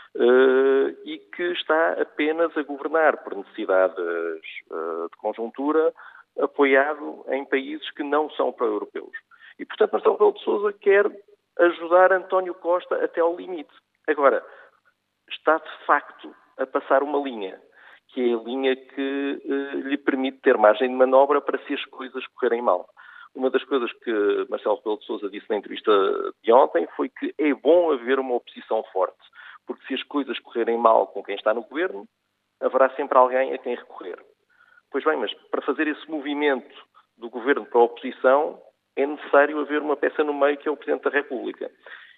e que está apenas a governar por necessidades de conjuntura, apoiado em países que não são pró-europeus. E, portanto, Marcelo Rebelo de Sousa quer ajudar António Costa até ao limite. Agora, está de facto a passar uma linha, que é a linha que lhe permite ter margem de manobra para se as coisas correrem mal. Uma das coisas que Marcelo Rebelo de Sousa disse na entrevista de ontem foi que é bom haver uma oposição forte, porque se as coisas correrem mal com quem está no governo, haverá sempre alguém a quem recorrer. Pois bem, mas para fazer esse movimento do governo para a oposição é necessário haver uma peça no meio, que é o Presidente da República.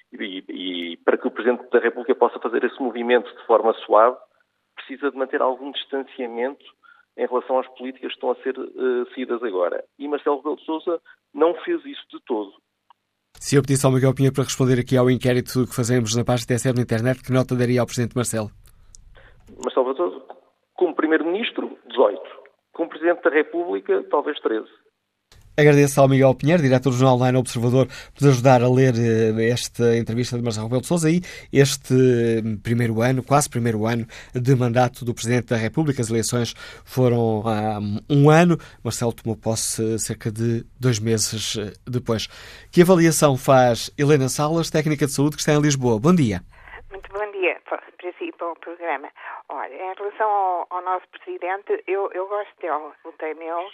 E para que o Presidente da República possa fazer esse movimento de forma suave, precisa de manter algum distanciamento em relação às políticas que estão a ser seguidas agora. E Marcelo Rebelo de Sousa não fez isso de todo. Se eu pedisse ao Miguel Pinheiro para responder aqui ao inquérito que fazemos na página TSF na internet, que nota daria ao Presidente Marcelo? Marcelo Rebelo de Sousa, como Primeiro-Ministro, 18. Como Presidente da República, talvez 13. Agradeço ao Miguel Pinheiro, diretor do Jornal Online Observador, por ajudar a ler esta entrevista de Marcelo Rebelo de Sousa e este quase primeiro ano de mandato do Presidente da República. As eleições foram há um ano. Marcelo tomou posse cerca de 2 meses depois. Que avaliação faz Helena Salas, técnica de saúde que está em Lisboa? Bom dia. Muito bom dia para si e para o programa. Olha, em relação ao nosso Presidente, eu gosto dele, votei nele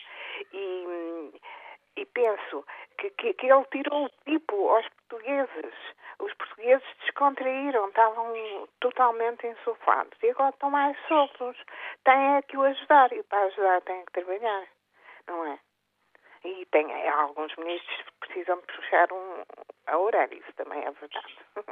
e penso que ele tirou o tipo aos portugueses. Os portugueses descontraíram, estavam totalmente ensofados e agora estão mais soltos. Têm que o ajudar e para ajudar têm que trabalhar, não é? E alguns ministros que precisam puxar a orelha, isso também é verdade.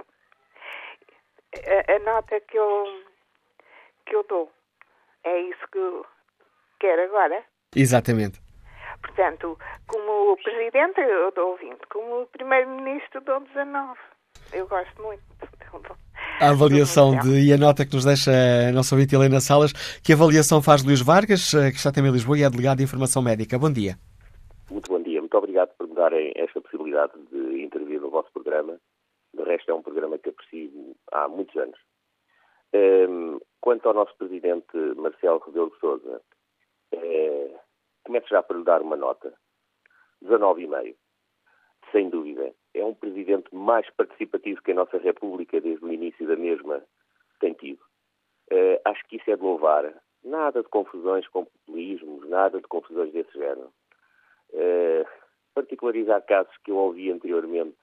A nota que eu dou é isso que eu quero agora. Exatamente. Portanto, como Presidente eu dou 20, como Primeiro-Ministro dou 19. Eu gosto muito. A avaliação e a nota que nos deixa a nossa ouvinte Helena Salas. Que avaliação faz Luís Vargas, que está também em Lisboa e é delegado de Informação Médica? Bom dia. Muito bom dia. Muito obrigado por me darem esta possibilidade de intervir no vosso programa. De resto, é um programa que aprecio há muitos anos. Quanto ao nosso Presidente Marcelo Rebelo de Sousa, começo já por lhe dar uma nota. 19,5. Sem dúvida. É um Presidente mais participativo que a nossa República, desde o início da mesma, tem tido. Acho que isso é de louvar. Nada de confusões com populismos, nada de confusões desse género. Particularizar casos que eu ouvi anteriormente,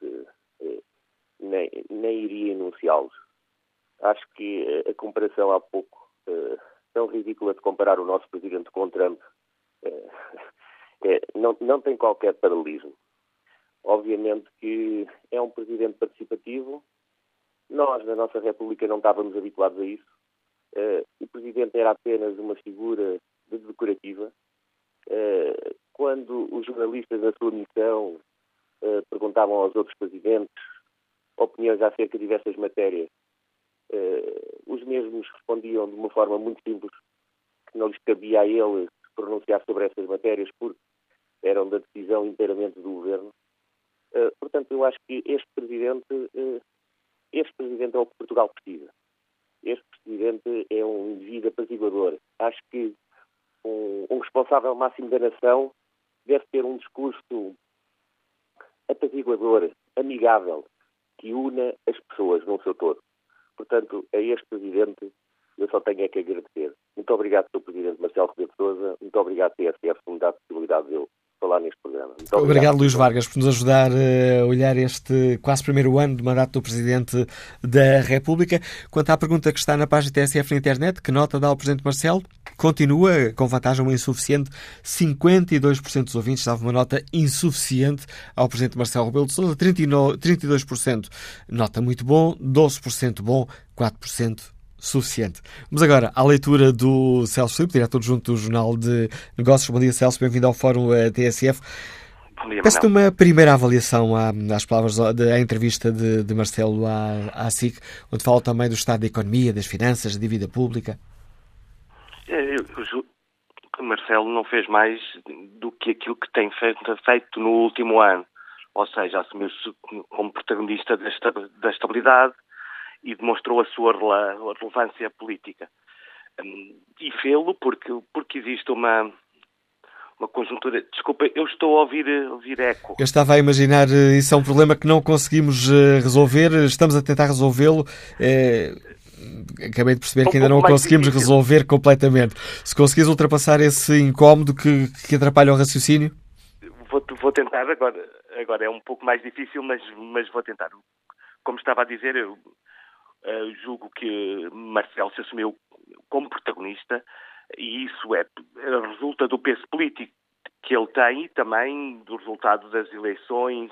nem iria enunciá-los. Acho que a comparação há pouco, tão ridícula de comparar o nosso Presidente com Trump, não tem qualquer paralelismo. Obviamente que é um Presidente participativo. Nós, na nossa República, não estávamos habituados a isso. O Presidente era apenas uma figura decorativa. Quando os jornalistas, na sua missão, perguntavam aos outros Presidentes opiniões acerca de diversas matérias, os mesmos respondiam de uma forma muito simples, que não lhes cabia a ele pronunciar sobre essas matérias, porque eram da decisão inteiramente do Governo. Portanto, eu acho que este Presidente é o que Portugal precisa. Este Presidente é um indivíduo apaziguador. Acho que um responsável máximo da nação deve ter um discurso apaziguador, amigável, que una as pessoas no seu todo. Portanto, a este Presidente eu só tenho é que agradecer. Muito obrigado, Sr. Presidente Marcelo Rebelo de Sousa. Muito obrigado, TSF, por me dar a possibilidade de eu falar neste programa. Muito obrigado, Luís Vargas, por nos ajudar a olhar este quase primeiro ano de mandato do Presidente da República. Quanto à pergunta que está na página TSF na internet, que nota dá ao Presidente Marcelo? Continua com vantagem, uma insuficiente. 52% dos ouvintes davam uma nota insuficiente ao Presidente Marcelo Rebelo de Sousa. 32% nota muito bom, 12% bom, 4% suficiente. Vamos agora à leitura do Celso Filipe, diretor adjunto do Jornal de Negócios. Bom dia, Celso, bem-vindo ao Fórum TSF. Bom dia, peço-te uma primeira avaliação às palavras da entrevista de Marcelo à SIC, onde fala também do estado da economia, das finanças, da dívida pública. Eu julgo que Marcelo não fez mais do que aquilo que tem feito no último ano, ou seja, assumiu-se como protagonista da estabilidade e demonstrou a sua relevância política. E fê-lo porque existe uma conjuntura... Desculpa, eu estou a ouvir eco. Eu estava a imaginar, isso é um problema que não conseguimos resolver, estamos a tentar resolvê-lo. Acabei de perceber que ainda não conseguimos resolver completamente. Se conseguires ultrapassar esse incómodo que atrapalha o raciocínio? Vou tentar, agora é um pouco mais difícil, mas vou tentar. Como estava a dizer, eu julgo que Marcelo se assumiu como protagonista e isso resulta do peso político que ele tem e também do resultado das eleições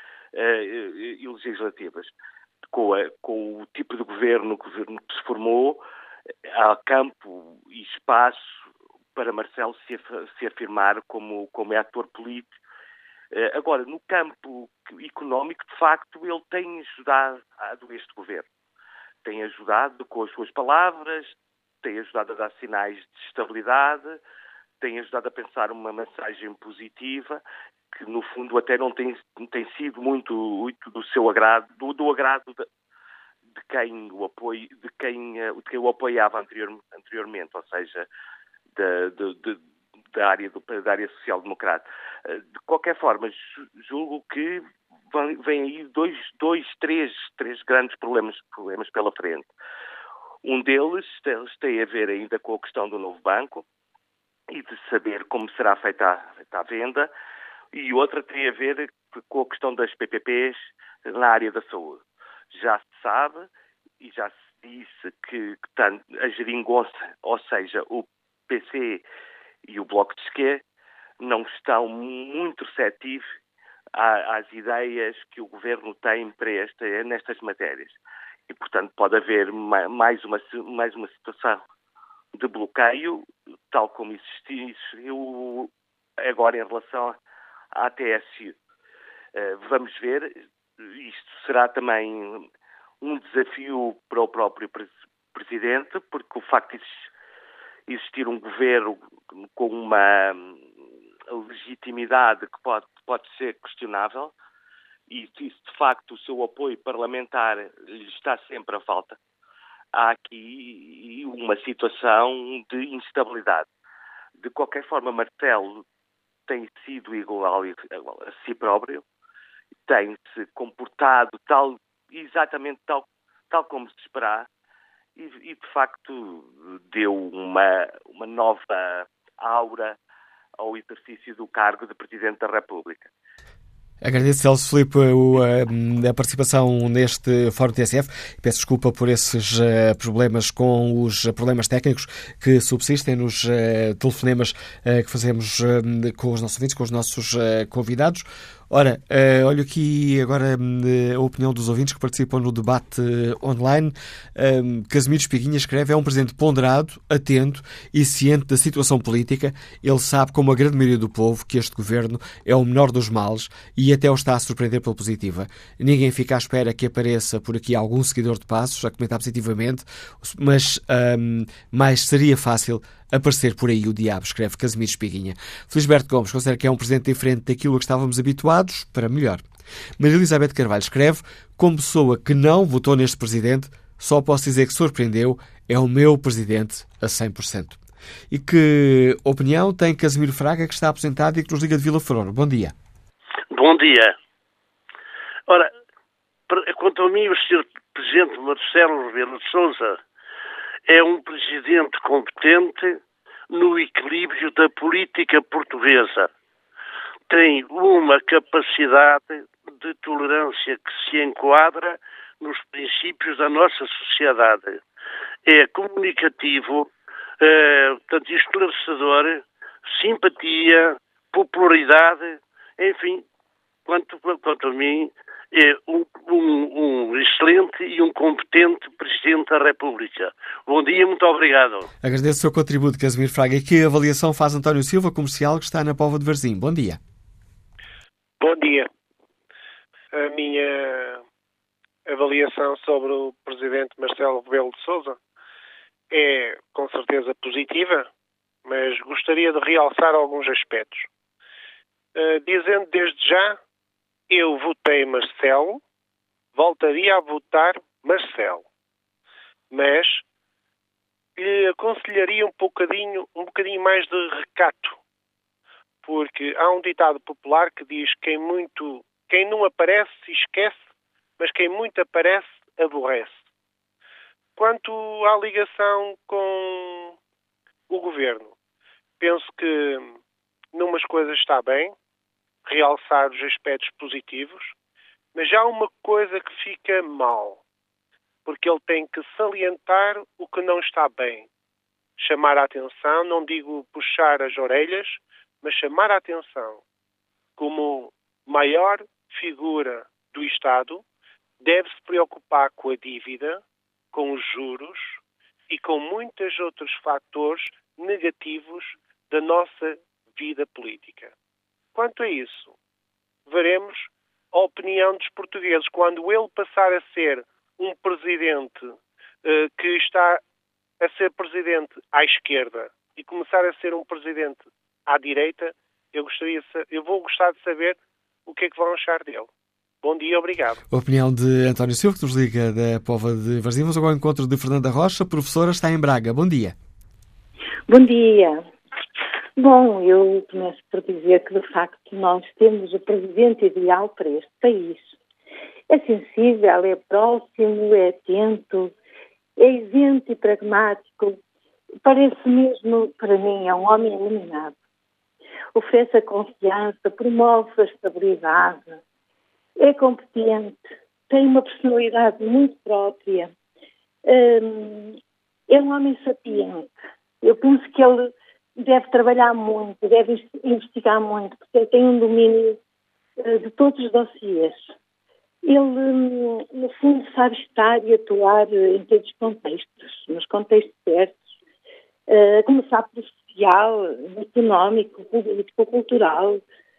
legislativas. Com o tipo de governo que se formou, há campo e espaço para Marcelo se afirmar como é ator político Agora, no campo económico, de facto, ele tem ajudado este governo. Tem ajudado com as suas palavras, tem ajudado a dar sinais de estabilidade, tem ajudado a pensar uma mensagem positiva, que no fundo até não tem sido muito do seu agrado, do agrado de quem o apoiava anteriormente, ou seja, da área social-democrata. De qualquer forma, julgo que vem aí três grandes problemas pela frente. Um deles tem a ver ainda com a questão do novo banco e de saber como será feita a venda, e outra tem a ver com a questão das PPPs na área da saúde. Já se sabe e já se disse que tanto a geringonça, ou seja, o PC e o Bloco de Esquerda, não estão muito receptivos às ideias que o Governo tem nestas matérias. E, portanto, pode haver mais uma situação de bloqueio, tal como existiu agora em relação à TSU. Vamos ver. Isto será também um desafio para o próprio Presidente, porque o facto de existir um governo com uma legitimidade que pode ser questionável, e se de facto o seu apoio parlamentar lhe está sempre a falta, há aqui uma situação de instabilidade. De qualquer forma, Marcelo tem sido igual a si próprio, tem-se comportado exatamente tal como se esperava, e de facto deu uma nova aura ao exercício do cargo de Presidente da República. Agradeço, Celso Filipe, a participação neste Fórum TSF. Peço desculpa por esses problemas com os problemas técnicos que subsistem nos telefonemas que fazemos com os nossos ouvintes, com os nossos convidados. Ora, olho aqui agora a opinião dos ouvintes que participam no debate online. Casimiro Espiguinha escreve: é um presidente ponderado, atento e ciente da situação política. Ele sabe, como a grande maioria do povo, que este governo é o menor dos males e até o está a surpreender pela positiva. Ninguém fica à espera que apareça por aqui algum seguidor de Passos a comentar positivamente, mas mais seria fácil aparecer por aí o diabo, escreve Casimiro Espiguinha. Felisberto Gomes considera que é um presidente diferente daquilo a que estávamos habituados, para melhor. Maria Elizabeth Carvalho escreve: como pessoa que não votou neste presidente, só posso dizer que surpreendeu, é o meu presidente a 100%. E que opinião tem Casimiro Fraga, que está aposentado e que nos liga de Vila Flor? Bom dia. Bom dia. Ora, quanto a mim, o Sr. Presidente Marcelo Rebelo de Sousa é um presidente competente no equilíbrio da política portuguesa. Tem uma capacidade de tolerância que se enquadra nos princípios da nossa sociedade. É comunicativo, portanto, esclarecedor, simpatia, popularidade, enfim, quanto a mim, é um excelente e um competente Presidente da República. Bom dia, muito obrigado. Agradeço o seu contributo, Casimiro Fraga. E que avaliação faz António Silva, comercial, que está na Póvoa de Varzim? Bom dia. Bom dia. A minha avaliação sobre o Presidente Marcelo Rebelo de Sousa é, com certeza, positiva, mas gostaria de realçar alguns aspectos. Dizendo desde já, eu votei Marcelo, voltaria a votar Marcelo, mas lhe aconselharia um bocadinho mais de recato, porque há um ditado popular que diz: quem não aparece esquece, mas quem muito aparece aborrece. Quanto à ligação com o governo, penso que numas coisas está bem, realçar os aspectos positivos, mas há uma coisa que fica mal, porque ele tem que salientar o que não está bem, chamar a atenção, não digo puxar as orelhas, mas chamar a atenção. Como maior figura do Estado, deve-se preocupar com a dívida, com os juros e com muitos outros fatores negativos da nossa vida política. Quanto a isso, veremos a opinião dos portugueses. Quando ele passar a ser um presidente que está a ser presidente à esquerda e começar a ser um presidente à direita, eu vou gostar de saber o que é que vão achar dele. Bom dia, obrigado. A opinião de António Silva, que nos liga da Póvoa de Varzim. Vamos agora ao encontro de Fernanda Rocha, professora, está em Braga. Bom dia. Bom dia. Bom, eu começo por dizer que, de facto, nós temos o presidente ideal para este país. É sensível, é próximo, é atento, é isento e pragmático. Parece mesmo, para mim, é um homem iluminado. Oferece a confiança, promove a estabilidade, é competente, tem uma personalidade muito própria, é um homem sapiente. Eu penso que ele deve trabalhar muito, deve investigar muito, porque ele tem um domínio de todos os dossiês. Ele, no fundo, sabe estar e atuar em todos os contextos, nos contextos certos, a começar pelo social, económico, político, cultural.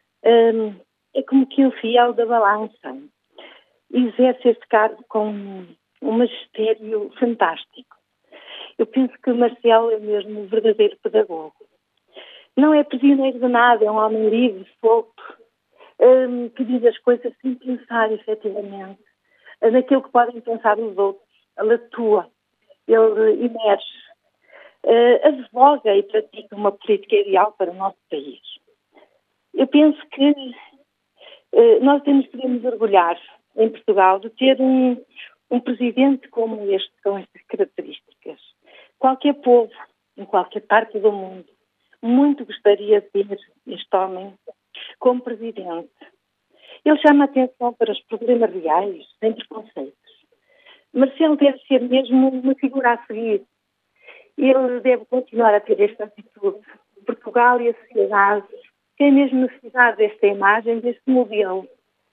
É como que um fiel da balança. Exerce este cargo com um magistério fantástico. Eu penso que o Marcelo é mesmo um verdadeiro pedagogo. Não é prisioneiro de nada, é um homem livre, solto, que diz as coisas sem pensar, efetivamente, naquilo que podem pensar os outros. Ele atua, ele emerge, advoga e pratica uma política ideal para o nosso país. Eu penso que nós podemos orgulhar em Portugal de ter um presidente como este, com estas características. Qualquer povo, em qualquer parte do mundo, muito gostaria de ter este homem como presidente. Ele chama a atenção para os problemas reais, sem preconceitos. Marcelo deve ser mesmo uma figura a seguir. Ele deve continuar a ter esta atitude. Portugal e a sociedade têm mesmo necessidade desta imagem, deste modelo.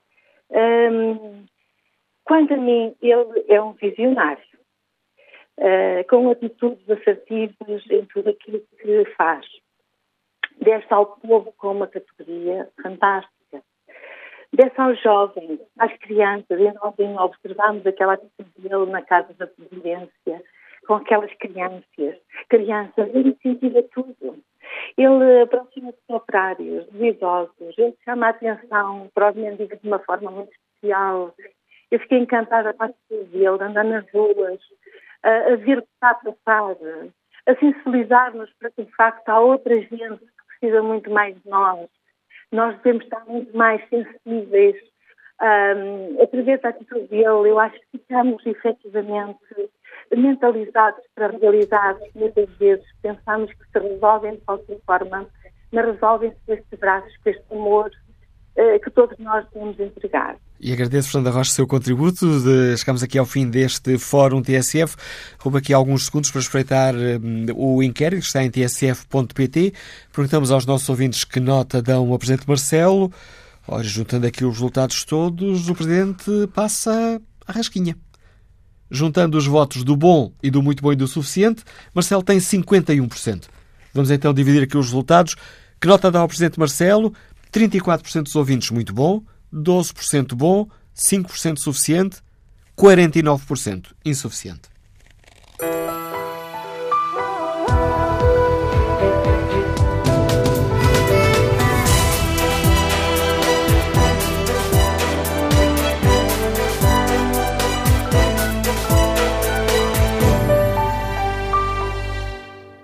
Quanto a mim, ele é um visionário, com atitudes assertivas em tudo aquilo que faz. Desce ao povo com uma categoria fantástica. Desce aos jovens, às crianças. E ontem observámos aquela atitude dele na Casa da Presidência, com aquelas crianças. Ele incentiva tudo. Ele aproxima-se de operários, dos idosos. Ele chama a atenção para os mendigos de uma forma muito especial. Eu fiquei encantada com a atitude dele, andar nas ruas, a ver o que está a passar, a sensibilizar-nos para que, de facto, há outra gente que precisa muito mais de nós. Nós devemos estar muito mais sensíveis. Através da atitude dele, eu acho que ficamos, efetivamente, mentalizados para realidades que muitas vezes pensamos que se resolvem de qualquer forma, mas resolvem-se com estes braços, com este amor que todos nós devemos entregar. E agradeço, Fernanda Rocha, o seu contributo. Chegamos aqui ao fim deste Fórum TSF. Roubo aqui alguns segundos para espreitar o inquérito que está em tsf.pt. Perguntamos aos nossos ouvintes que nota dão ao Presidente Marcelo. Ora, juntando aqui os resultados todos, o Presidente passa à rasquinha. Juntando os votos do bom e do muito bom e do suficiente, Marcelo tem 51%. Vamos então dividir aqui os resultados. Que nota dá ao Presidente Marcelo? 34% dos ouvintes muito bom, 12% bom, 5% suficiente, 49% insuficiente.